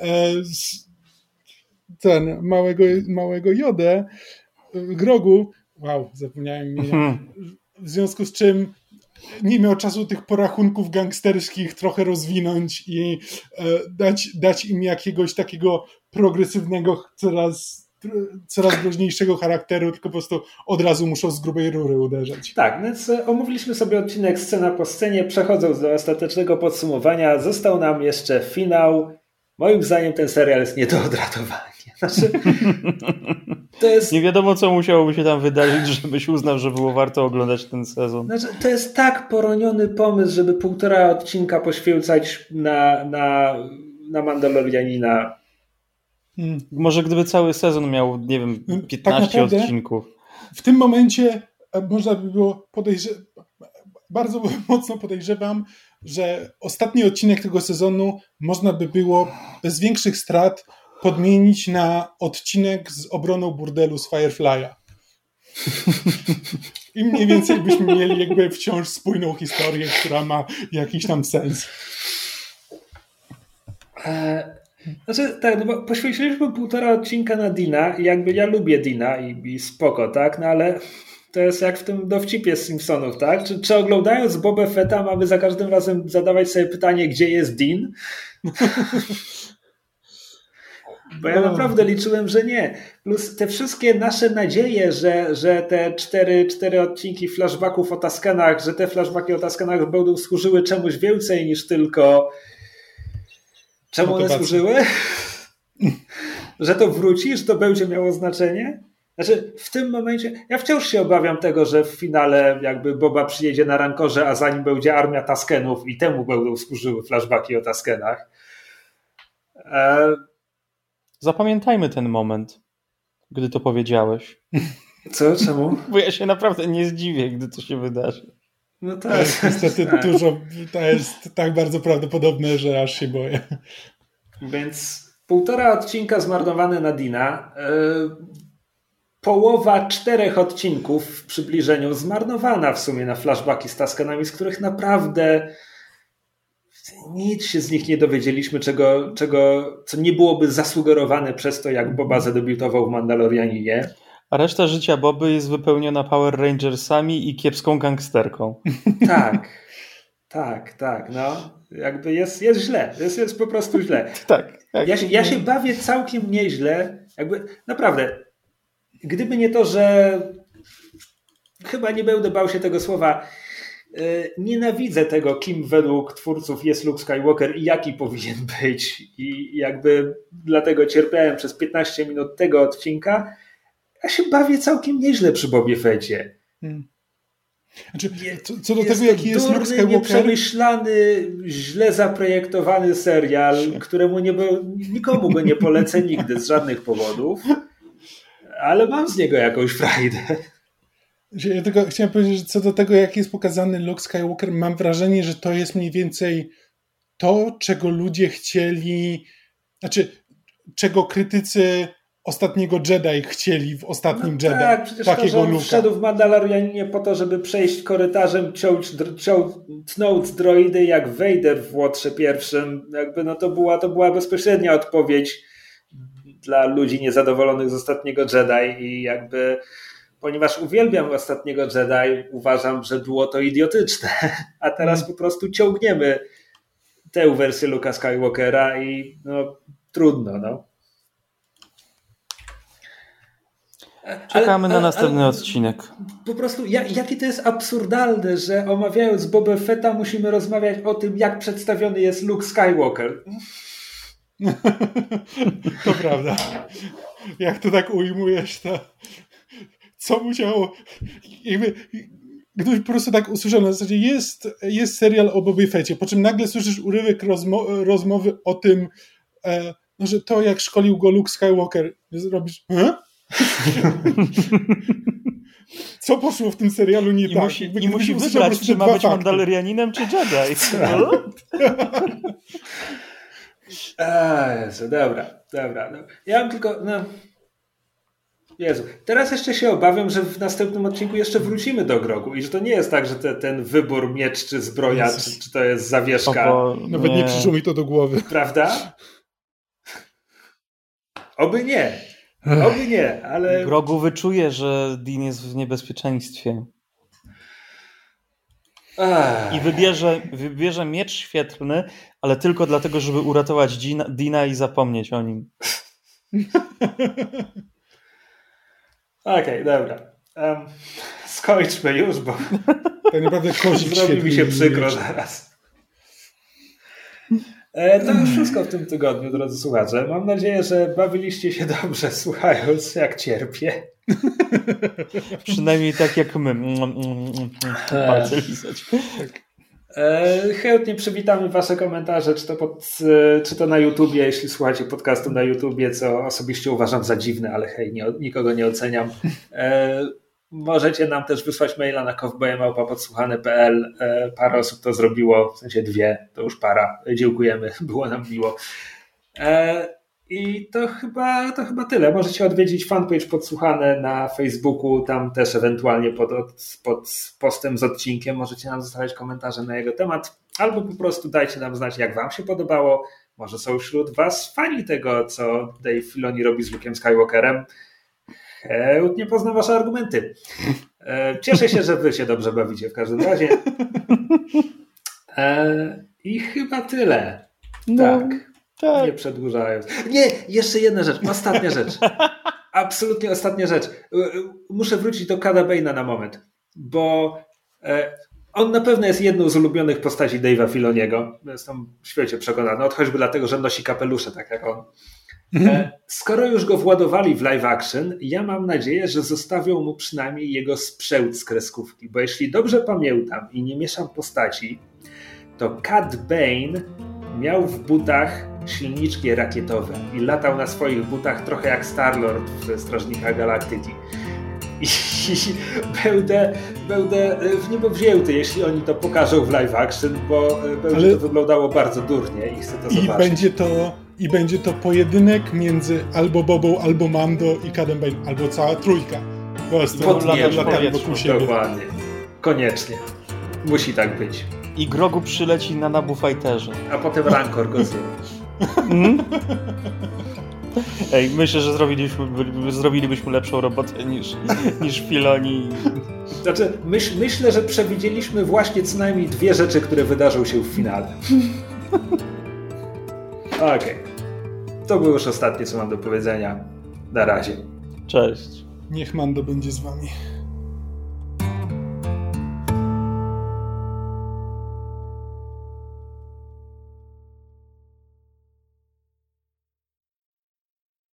ten małego Jodę, Grogu, zapomniałem imienia, w związku z czym nie miał czasu tych porachunków gangsterskich trochę rozwinąć i dać im jakiegoś takiego progresywnego, coraz groźniejszego charakteru, tylko po prostu od razu muszą z grubej rury uderzać. Tak, więc omówiliśmy sobie odcinek scena po scenie, przechodząc do ostatecznego podsumowania, został nam jeszcze finał. Moim zdaniem ten serial jest nie do odratowania. Znaczy, to jest... Nie wiadomo, co musiałoby się tam wydarzyć, żebyś uznał, że było warto oglądać ten sezon. Znaczy, to jest tak poroniony pomysł, żeby 1,5 odcinka poświęcać na Mandalorianina. Może gdyby cały sezon miał, nie wiem, 15 tak odcinków. W tym momencie można by było bardzo mocno podejrzewam, że ostatni odcinek tego sezonu można by było bez większych strat podmienić na odcinek z obroną burdelu z Firefly'a. I mniej więcej byśmy mieli jakby wciąż spójną historię, która ma jakiś tam sens. Znaczy, tak, no bo poświęciliśmy 1,5 odcinka na Deana i jakby ja lubię Deana i spoko, tak, no ale to jest jak w tym dowcipie z Simpsonów, tak? Czy oglądając Boba Fetta mamy za każdym razem zadawać sobie pytanie, gdzie jest Dean? Bo ja naprawdę liczyłem, że nie. Plus te wszystkie nasze nadzieje, że te 4 odcinki flashbacków o Tuskenach, że te flashbacki o Tuskenach będą służyły czemuś więcej niż tylko... Czemu one służyły? Że to wróci, że to będzie miało znaczenie? Znaczy, w tym momencie, ja wciąż się obawiam tego, że w finale jakby Boba przyjedzie na rankorze, a za nim będzie armia Tuskenów i temu będą służyły flashbacki o Tuskenach. Zapamiętajmy ten moment, gdy to powiedziałeś. Co? Czemu? Bo ja się naprawdę nie zdziwię, gdy to się wydarzy. No to jest niestety dużo, to jest tak bardzo prawdopodobne, że aż się boję. Więc 1,5 odcinka zmarnowane na Deana, połowa 4 odcinków w przybliżeniu zmarnowana w sumie na flashbacki z Tuskenami, z których naprawdę nic się z nich nie dowiedzieliśmy, co nie byłoby zasugerowane przez to, jak Boba zadebiutował w Mandalorianinie. A reszta życia Boby jest wypełniona Power Rangersami i kiepską gangsterką. Tak, no. Jakby jest źle. Jest po prostu źle. Tak. Ja się bawię całkiem nieźle. Jakby naprawdę, gdyby nie to, że chyba nie będę bał się tego słowa, nienawidzę tego, kim według twórców jest Luke Skywalker i jaki powinien być. I jakby dlatego cierpiałem przez 15 minut tego odcinka. Ja się bawię całkiem nieźle przy Bobie Fetcie. Znaczy, co do tego, jaki jest Luke Skywalker... nieprzemyślany, źle zaprojektowany serial, któremu nikomu go nie polecę nigdy z żadnych powodów, ale mam z niego jakąś frajdę. Ja tylko chciałem powiedzieć, że co do tego, jak jest pokazany Luke Skywalker, mam wrażenie, że to jest mniej więcej to, czego ludzie chcieli, znaczy, czego krytycy Ostatniego Jedi chcieli w Ostatnim Jedi. Tak, przecież takiego to, że on wszedł w Mandalorianinie po to, żeby przejść korytarzem, tnąc droidy jak Vader w Łotrze pierwszym. Jakby no to była bezpośrednia odpowiedź dla ludzi niezadowolonych z Ostatniego Jedi i jakby ponieważ uwielbiam Ostatniego Jedi, uważam, że było to idiotyczne. A teraz po prostu ciągniemy tę wersję Luke'a Skywalkera i no trudno, no. Czekamy na następny odcinek. Po prostu jakie to jest absurdalne, że omawiając Boba Fetta musimy rozmawiać o tym, jak przedstawiony jest Luke Skywalker. To prawda. Jak to tak ujmujesz, to co musiało... Jakby, gdybyś po prostu tak usłyszał na zasadzie jest serial o Bobie Fetcie, po czym nagle słyszysz urywek rozmowy o tym, no, że to jak szkolił go Luke Skywalker, robisz... Co poszło w tym serialu nie tak? I musi wybrać, czy ma być Mandalorianinem, czy Jedi. Jezu, dobra. Ja mam tylko... Jezu, teraz jeszcze się obawiam, że w następnym odcinku jeszcze wrócimy do Grogu i że to nie jest tak, że ten wybór miecz czy zbroja, czy to jest zawieszka. Nawet nie przyszło mi to do głowy. Prawda? Oby nie, ale... Grogu wyczuje, że Din jest w niebezpieczeństwie. I wybierze miecz świetlny, ale tylko dlatego, żeby uratować Dina i zapomnieć o nim. Okej, dobra. Skończmy już, bo tak naprawdę zrobi mi się przykro zaraz. To już wszystko w tym tygodniu, drodzy słuchacze. Mam nadzieję, że bawiliście się dobrze, słuchając, jak cierpię. Przynajmniej tak jak my. Palce lizać. Chętnie przywitamy wasze komentarze, czy to na YouTubie, jeśli słuchacie podcastu na YouTubie, co osobiście uważam za dziwne, ale hej, nikogo nie oceniam. Możecie nam też wysłać maila na kowboje@podsłuchane.pl. Parę osób to zrobiło, w sensie 2, to już para. Dziękujemy, było nam miło. I to chyba tyle. Możecie odwiedzić fanpage Podsłuchane na Facebooku, tam też ewentualnie pod postem z odcinkiem możecie nam zostawiać komentarze na jego temat, albo po prostu dajcie nam znać, jak wam się podobało. Może są wśród was fani tego, co Dave Filoni robi z Luke'em Skywalkerem. Chętnie poznam wasze argumenty. Cieszę się, że wy się dobrze bawicie w każdym razie. I chyba tyle. Tak. Nie przedłużając. Nie, jeszcze jedna rzecz. Ostatnia rzecz. Absolutnie ostatnia rzecz. Muszę wrócić do Cada Bane'a na moment, bo on na pewno jest jedną z ulubionych postaci Dave'a Filoniego. Jestem w świecie przekonany. Choćby dlatego, że nosi kapelusze tak jak on. Skoro już go władowali w live action, ja mam nadzieję, że zostawią mu przynajmniej jego sprzęt z kreskówki, bo jeśli dobrze pamiętam i nie mieszam postaci, to Cad Bane miał w butach silniczki rakietowe i latał na swoich butach trochę jak Star-Lord w Strażnikach Galaktyki. I będę w niebo wzięty, jeśli oni to pokażą w live action, bo będzie to wyglądało bardzo durnie i chcę to zobaczyć. I będzie to pojedynek między albo Bobą, albo Mando i Cadem Bane, albo cała trójka. Latami wokół siebie. Dokładnie. Koniecznie. Musi tak być. I Grogu przyleci na Naboo Fighterze. A potem Rancor go zje. Ej, myślę, że zrobilibyśmy lepszą robotę niż Filoni. Znaczy, myślę, że przewidzieliśmy właśnie co najmniej 2 rzeczy, które wydarzą się w finale. Okej. To było już ostatnie, co mam do powiedzenia. Na razie. Cześć. Niech Mando będzie z wami.